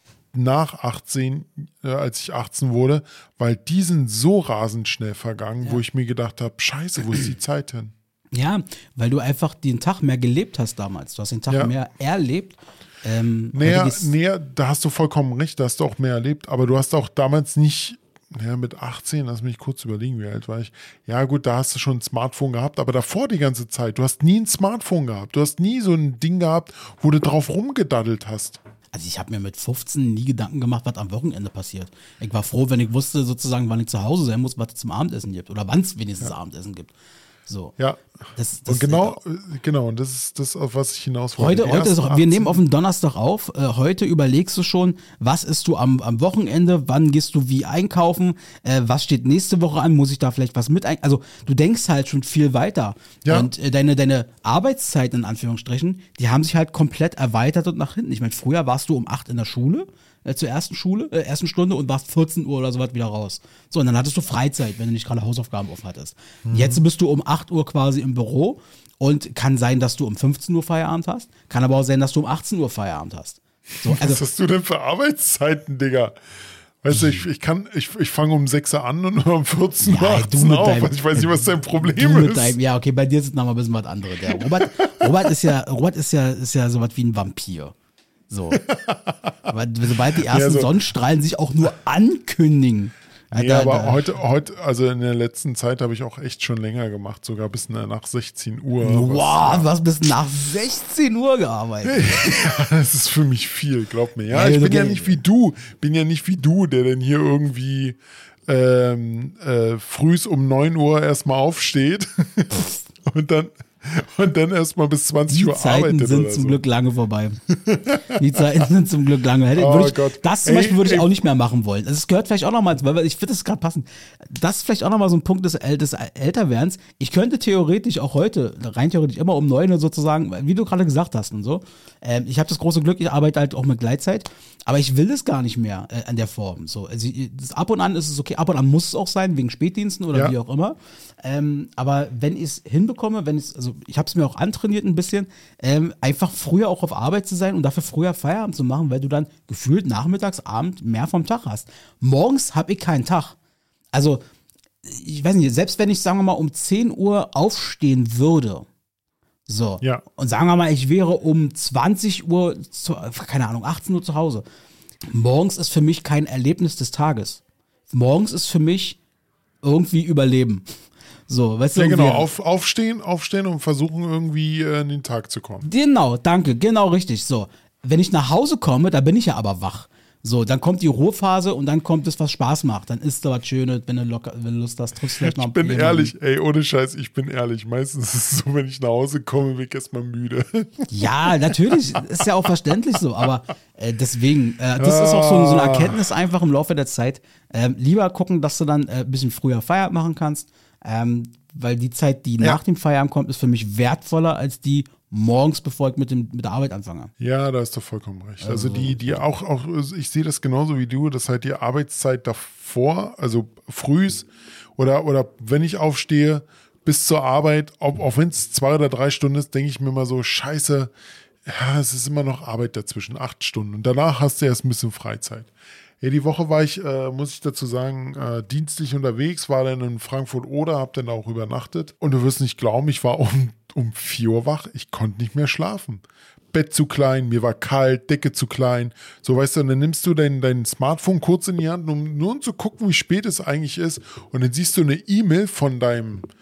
nach achtzehn, äh, als ich achtzehn wurde, weil die sind so rasend schnell vergangen, Ja. wo ich mir gedacht habe, scheiße, wo ist die Zeit hin? Ja, weil du einfach den Tag mehr gelebt hast damals. Du hast den Tag Ja. mehr erlebt. Ähm, Näher, heute gehst- näher, da hast du vollkommen recht, da hast du auch mehr erlebt, aber du hast auch damals nicht, ja, mit achtzehn, lass mich kurz überlegen, wie alt war ich. Ja, gut, da hast du schon ein Smartphone gehabt, aber davor die ganze Zeit, du hast nie ein Smartphone gehabt, du hast nie so ein Ding gehabt, wo du drauf rumgedaddelt hast. Also ich habe mir mit fünfzehn nie Gedanken gemacht, was am Wochenende passiert. Ich war froh, wenn ich wusste sozusagen, wann ich zu Hause sein muss, was es zum Abendessen gibt oder wann es wenigstens Abendessen gibt. So. Ja. Das, das, Und genau, äh, genau, und das ist das, auf was ich hinaus wollte. Heute, Die heute ist, ersten wir nehmen achtzehn auf den Donnerstag auf. Äh, heute überlegst du schon, was isst du am, am Wochenende, wann gehst du wie einkaufen, äh, was steht nächste Woche an, muss ich da vielleicht was mit ein... Also du denkst halt schon viel weiter. Ja. Und äh, deine, deine Arbeitszeiten in Anführungsstrichen, die haben sich halt komplett erweitert und nach hinten. Ich meine, früher warst du um acht in der Schule, äh, zur ersten Schule, äh, ersten Stunde und warst vierzehn Uhr oder sowas wieder raus. So, und dann hattest du Freizeit, wenn du nicht gerade Hausaufgaben auf hattest. Mhm. Jetzt bist du um acht Uhr quasi im Büro. Und kann sein, dass du um fünfzehn Uhr Feierabend hast. Kann aber auch sein, dass du um achtzehn Uhr Feierabend hast. So, Was also, hast du denn für Arbeitszeiten, Digga? Weißt du, ich, ich kann, ich, ich fange um sechs Uhr an und um vierzehn Uhr ja, du achtzehn mit auf. deinem, Also ich weiß nicht, was dein Problem du mit ist. Deinem, ja, okay, bei dir ist es nochmal ein bisschen was anderes. Der Robert, Robert ist ja, Robert ist ja, ist ja sowas wie ein Vampir. So. Aber sobald die ersten Ja, so- Sonnenstrahlen sich auch nur ankündigen. Nee, da- aber da- heute, heute, also in der letzten Zeit habe ich auch echt schon länger gemacht, sogar bis nach sechzehn Uhr. Wow, du hast bis nach sechzehn Uhr gearbeitet. Was, das ist für mich viel, glaub mir. Ja, Ja, ich das bin ja okay. nicht wie du, bin ja nicht wie du, der denn hier irgendwie ähm, äh, frühs um neun Uhr erstmal aufsteht und dann und dann erstmal bis zwanzig Die Uhr Zeiten arbeitet sind oder zum so. Glück lange vorbei. Die Zeiten sind zum Glück lange. Hätte, Oh würde ich, Gott. Das zum Ey, Beispiel würde ich ey. auch nicht mehr machen wollen. Also es gehört vielleicht auch nochmal, weil ich finde das gerade passend. Das ist vielleicht auch nochmal so ein Punkt des, äl- des Älterwerdens. Ich könnte theoretisch auch heute, rein theoretisch immer um neun Uhr sozusagen, wie du gerade gesagt hast und so. Ähm, ich habe das große Glück, ich arbeite halt auch mit Gleitzeit, aber ich will das gar nicht mehr äh, an der Form. So, also ich- das ab und an ist es okay, ab und an muss es auch sein, wegen Spätdiensten oder Ja. wie auch immer. Ähm, aber wenn ich es hinbekomme, wenn ich also ich habe es mir auch antrainiert ein bisschen, ähm, einfach früher auch auf Arbeit zu sein und dafür früher Feierabend zu machen, weil du dann gefühlt nachmittags, Abend mehr vom Tag hast. Morgens habe ich keinen Tag. Also, ich weiß nicht, selbst wenn ich, sagen wir mal, um zehn Uhr aufstehen würde, so, Ja. und sagen wir mal, ich wäre um zwanzig Uhr, zu, keine Ahnung, achtzehn Uhr zu Hause. Morgens ist für mich kein Erlebnis des Tages. Morgens ist für mich irgendwie Überleben. So, weißt du, Ja, genau, wir- auf, aufstehen, aufstehen und versuchen irgendwie äh, in den Tag zu kommen. Genau, danke, genau richtig. So, wenn ich nach Hause komme, da bin ich ja aber wach. So, dann kommt die Ruhephase und dann kommt es, was Spaß macht. Dann isst du was Schönes, wenn du, locker, wenn du Lust hast, triffst du vielleicht noch Ich bin jemanden. ehrlich, ey, ohne Scheiß, ich bin ehrlich. Meistens ist es so, wenn ich nach Hause komme, bin ich erstmal müde. Ja, natürlich, ist ja auch verständlich so, aber äh, deswegen, äh, das ist auch so, so eine Erkenntnis einfach im Laufe der Zeit. Ähm, lieber gucken, dass du dann äh, ein bisschen früher Feierabend machen kannst, ähm, weil die Zeit, die Ja. nach dem Feierabend kommt, ist für mich wertvoller als die morgens, bevor ich mit, dem, mit der Arbeit anfange. Ja, da hast du vollkommen recht. Also die, die auch, auch, ich sehe das genauso wie du, dass halt die Arbeitszeit davor, also frühs oder, oder wenn ich aufstehe, bis zur Arbeit, auch, auch wenn es zwei oder drei Stunden ist, denke ich mir mal so, scheiße, ja, es ist immer noch Arbeit dazwischen, acht Stunden. Und danach hast du erst ein bisschen Freizeit. Ja, die Woche war ich, äh, muss ich dazu sagen, äh, dienstlich unterwegs, war dann in Frankfurt-Oder, hab dann auch übernachtet. Und du wirst nicht glauben, ich war um, um vier Uhr wach, ich konnte nicht mehr schlafen. Bett zu klein, mir war kalt, Decke zu klein. So, weißt du, und dann nimmst du dein, dein Smartphone kurz in die Hand, um nur um zu gucken, wie spät es eigentlich ist. Und dann siehst du eine E-Mail von deinem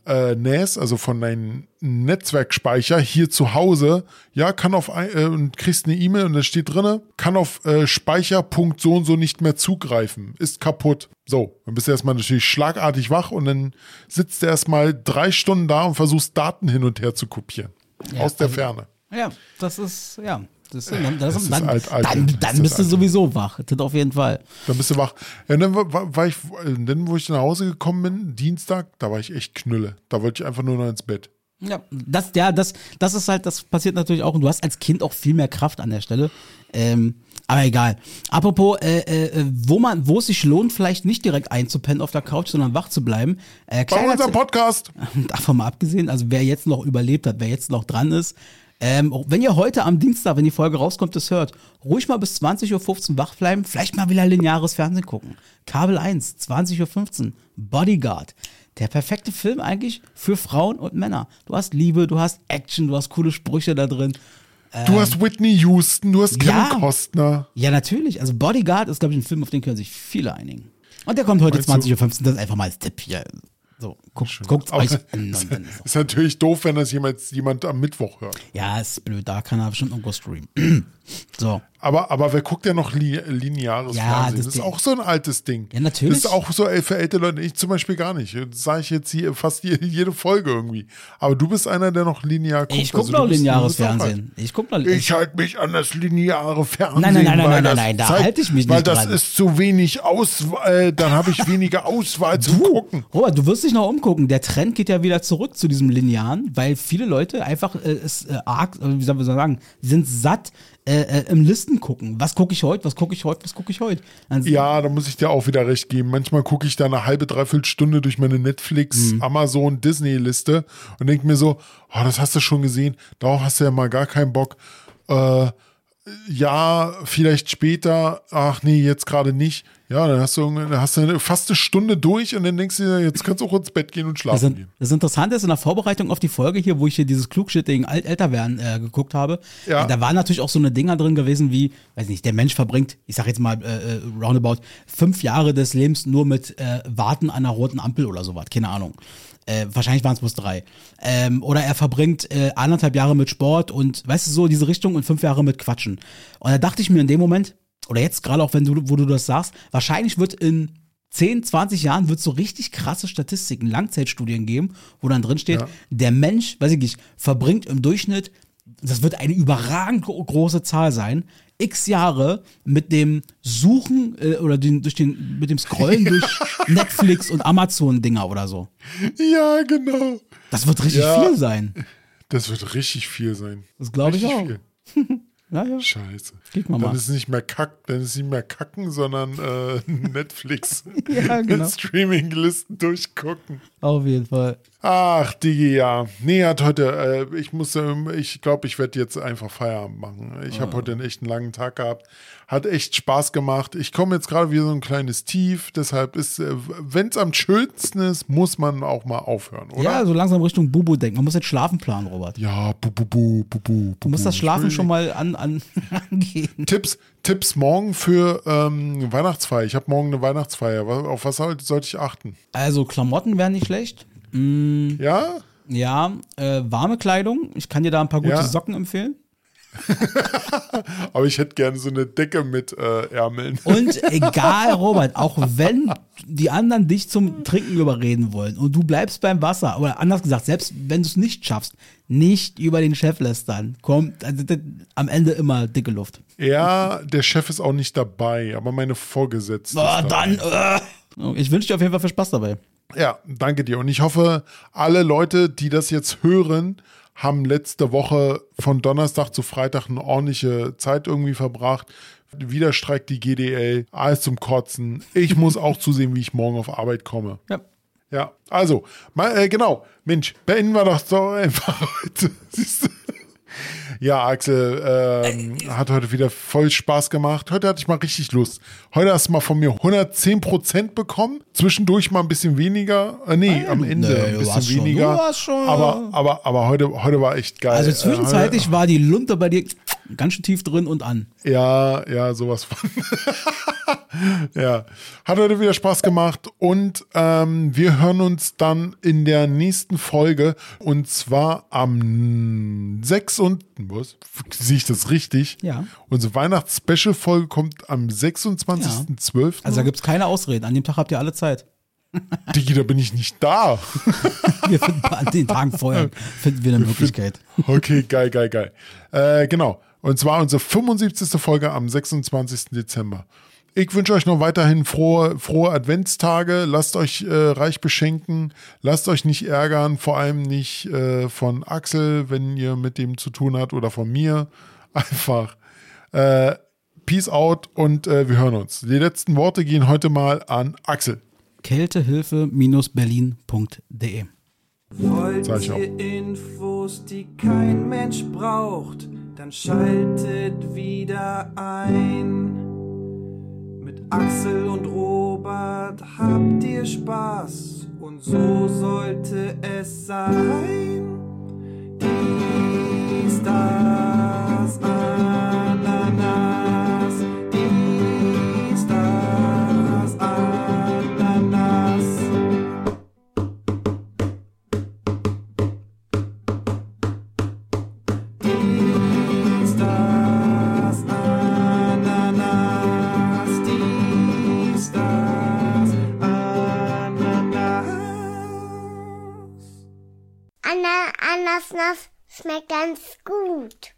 äh, N A S, also von deinem Netzwerkspeicher hier zu Hause, ja, kann auf ein, äh, und kriegst eine E-Mail und da steht drinne, kann auf äh, Speicherpunkt so und so nicht mehr zugreifen, ist kaputt. So, dann bist du erstmal natürlich schlagartig wach und dann sitzt du erstmal drei Stunden da und versuchst Daten hin und her zu kopieren. Ja, aus der also, Ferne. Ja, das ist, ja. Das, dann, das, das dann, ist alt, alt, dann, dann bist du alt. sowieso wach. Das auf jeden Fall. Dann bist du wach. Ja, dann war, war ich, dann, wo ich nach Hause gekommen bin, Dienstag, da war ich echt knülle. Da wollte ich einfach nur noch ins Bett. Ja, das, ja, das, das ist halt, das passiert natürlich auch. Und du hast als Kind auch viel mehr Kraft an der Stelle. Ähm, aber egal. Apropos, äh, äh, wo man, wo es sich lohnt, vielleicht nicht direkt einzupennen auf der Couch, sondern wach zu bleiben. Äh, Bei unserem Podcast. Davon mal abgesehen, also wer jetzt noch überlebt hat, wer jetzt noch dran ist, Ähm, wenn ihr heute am Dienstag, wenn die Folge rauskommt, das hört, ruhig mal bis zwanzig Uhr fünfzehn wach bleiben, vielleicht mal wieder lineares Fernsehen gucken. Kabel eins, zwanzig Uhr fünfzehn, Bodyguard. Der perfekte Film eigentlich für Frauen und Männer. Du hast Liebe, du hast Action, du hast coole Sprüche da drin. Ähm, Du hast Whitney Houston, du hast Kevin ja. Costner. Ja, natürlich. Also Bodyguard ist, glaube ich, ein Film, auf den können sich viele einigen. Und der kommt heute Meinst zwanzig du? Uhr fünfzehn, das ist einfach mal als Tipp hier. So, guckt, guckt's Aber euch ist, an. ist natürlich doof, wenn das jemand, jemand am Mittwoch hört. Ja, ist blöd, da kann er bestimmt irgendwo streamen. So. Aber, aber wer guckt ja noch li lineares Ja, Fernsehen? das Das ist Ding- auch so ein altes Ding. Ja, natürlich. Das ist auch so für ältere Leute. Ich zum Beispiel gar nicht. Das sage ich jetzt hier fast jede, jede Folge irgendwie. Aber du bist einer, der noch linear guckt. Ich gucke Also noch du bist- lineares du bist auch Fernsehen. Ich gucke noch alt. Ich halte mich an das lineare Fernsehen. Nein, nein, nein, nein, weil nein, das nein, da zeigt- halte ich mich Weil nicht das dran. ist zu wenig Auswahl. Dann habe ich weniger Auswahl zum Gucken. Robert, du wirst dich noch umgucken. Der Trend geht ja wieder zurück zu diesem Linearen, weil viele Leute einfach äh, es, äh, arg, äh, wie soll man sagen, sind satt äh, äh, im Listen gucken. Was gucke ich heute? Was gucke ich heute? Was gucke ich heute? Also, Ja, da muss ich dir auch wieder recht geben. Manchmal gucke ich da eine halbe, dreiviertel Stunde durch meine Netflix, Mhm. Amazon, Disney-Liste und denke mir so, oh, das hast du schon gesehen, darauf hast du ja mal gar keinen Bock. Äh, ja, vielleicht später, ach nee, jetzt gerade nicht. Ja, dann hast du, irgendwie- dann hast du fast eine Stunde durch und dann denkst du dir, jetzt kannst du auch ins Bett gehen und Das, schlafen sind, gehen. das Interessante ist, in der Vorbereitung auf die Folge hier, wo ich hier dieses Klugschitting alt älter werden äh, geguckt habe, Ja. äh, da waren natürlich auch so eine Dinger drin gewesen wie, weiß nicht, der Mensch verbringt, ich sag jetzt mal äh, äh, roundabout, fünf Jahre des Lebens nur mit äh, Warten an einer roten Ampel oder sowas, keine Ahnung. Äh, wahrscheinlich waren es bloß drei. Ähm, oder er verbringt äh, anderthalb Jahre mit Sport und, weißt du, so diese Richtung und fünf Jahre mit Quatschen. Und da dachte ich mir in dem Moment, oder jetzt gerade auch, wenn du, wo du das sagst, wahrscheinlich wird in zehn, zwanzig Jahren wird es so richtig krasse Statistiken, Langzeitstudien geben, wo dann drin steht, Ja. der Mensch, weiß ich nicht, verbringt im Durchschnitt, das wird eine überragend gro- große Zahl sein, x Jahre mit dem Suchen äh, oder den, durch den, mit dem Scrollen durch Netflix und Amazon-Dinger oder so. Ja, genau. Das wird richtig Ja. viel sein. Das wird richtig viel sein. Das glaube ich Richtig auch. viel. Ja, ja. Scheiße. Klick mal Dann mal. ist es nicht mehr kack, dann ist es nicht mehr kacken, sondern äh, Netflix. Ja, genau. Streaming-Listen durchgucken. Auf jeden Fall. Ach, Digi, ja. Nee, hat heute, äh, ich muss, ähm, ich glaube, ich werde jetzt einfach Feierabend machen. Ich habe heute einen echt einen langen Tag gehabt. Hat echt Spaß gemacht. Ich komme jetzt gerade wieder so ein kleines Tief. Deshalb ist, äh, wenn es am schönsten ist, muss man auch mal aufhören, oder? Ja, so langsam Richtung Bubu denken. Man muss jetzt Schlafen planen, Robert. Ja, bu, bu, bu, bu, bu, Du musst das Schlafen schon mal an, an, angehen. Tipps, Tipps morgen für ähm, Weihnachtsfeier. Ich habe morgen eine Weihnachtsfeier. Was- Auf was sollte, sollte ich achten? Also Klamotten wären nicht schlecht. Mm, Ja? ja, äh, warme Kleidung. Ich kann dir da ein paar gute Ja. Socken empfehlen. Aber ich hätte gerne so eine Decke mit äh, Ärmeln. Und egal, Robert, auch wenn die anderen dich zum Trinken überreden wollen und du bleibst beim Wasser, oder anders gesagt, selbst wenn du es nicht schaffst, nicht über den Chef lästern, kommt also, das, am Ende immer dicke Luft. Ja, der Chef ist auch nicht dabei, aber meine Vorgesetzte. Oh, ist dann, dabei. äh. Ich wünsche dir auf jeden Fall viel Spaß dabei. Ja, danke dir. Und ich hoffe, alle Leute, die das jetzt hören, haben letzte Woche von Donnerstag zu Freitag eine ordentliche Zeit irgendwie verbracht. Wieder streikt die G D L, alles zum Kotzen. Ich muss auch zusehen, wie ich morgen auf Arbeit komme. Ja. Ja, also, mal, äh, genau, Mensch, beenden wir doch so einfach heute. Siehst du? Ja, Axel, ähm, hat heute wieder voll Spaß gemacht. Heute hatte ich mal richtig Lust. Heute hast du mal von mir hundertzehn Prozent bekommen. Zwischendurch mal ein bisschen weniger. Äh, nee, Nein, am Ende nee, ein du bisschen warst schon- weniger. du warst schon- Aber, aber, aber heute, heute war echt geil. Also Äh, zwischenzeitlich heute, war die Lunte bei dir Ganz schön tief drin und an. Ja, ja, sowas von. Ja, hat heute wieder Spaß gemacht und ähm, wir hören uns dann in der nächsten Folge und zwar am sechs und was? Sehe ich das richtig? Ja. Unsere Weihnachts-Special-Folge kommt am sechsundzwanzigsten zwölften Also da gibt es keine Ausreden. An dem Tag habt ihr alle Zeit. Digi, da bin ich nicht da. Wir finden an den Tagen vorher finden wir eine Möglichkeit. Okay, geil, geil, geil. Äh, genau. Und zwar unsere fünfundsiebzigste Folge am sechsundzwanzigsten Dezember. Ich wünsche euch noch weiterhin frohe, frohe Adventstage. Lasst euch äh, reich beschenken. Lasst euch nicht ärgern. Vor allem nicht äh, von Axel, wenn ihr mit dem zu tun habt, oder von mir. Einfach. Äh, Peace out und äh, wir hören uns. Die letzten Worte gehen heute mal an Axel. Kältehilfe Berlin punkt de. Wollt ihr Infos, die kein Mensch braucht, dann schaltet wieder ein. Mit Axel und Robert habt ihr Spaß und so sollte es sein. Dies, das, Ananas, dies, das, Ananas. Dies, das, Ananas, dies, das, Ananas. Anna, Anasnas schmeckt ganz gut.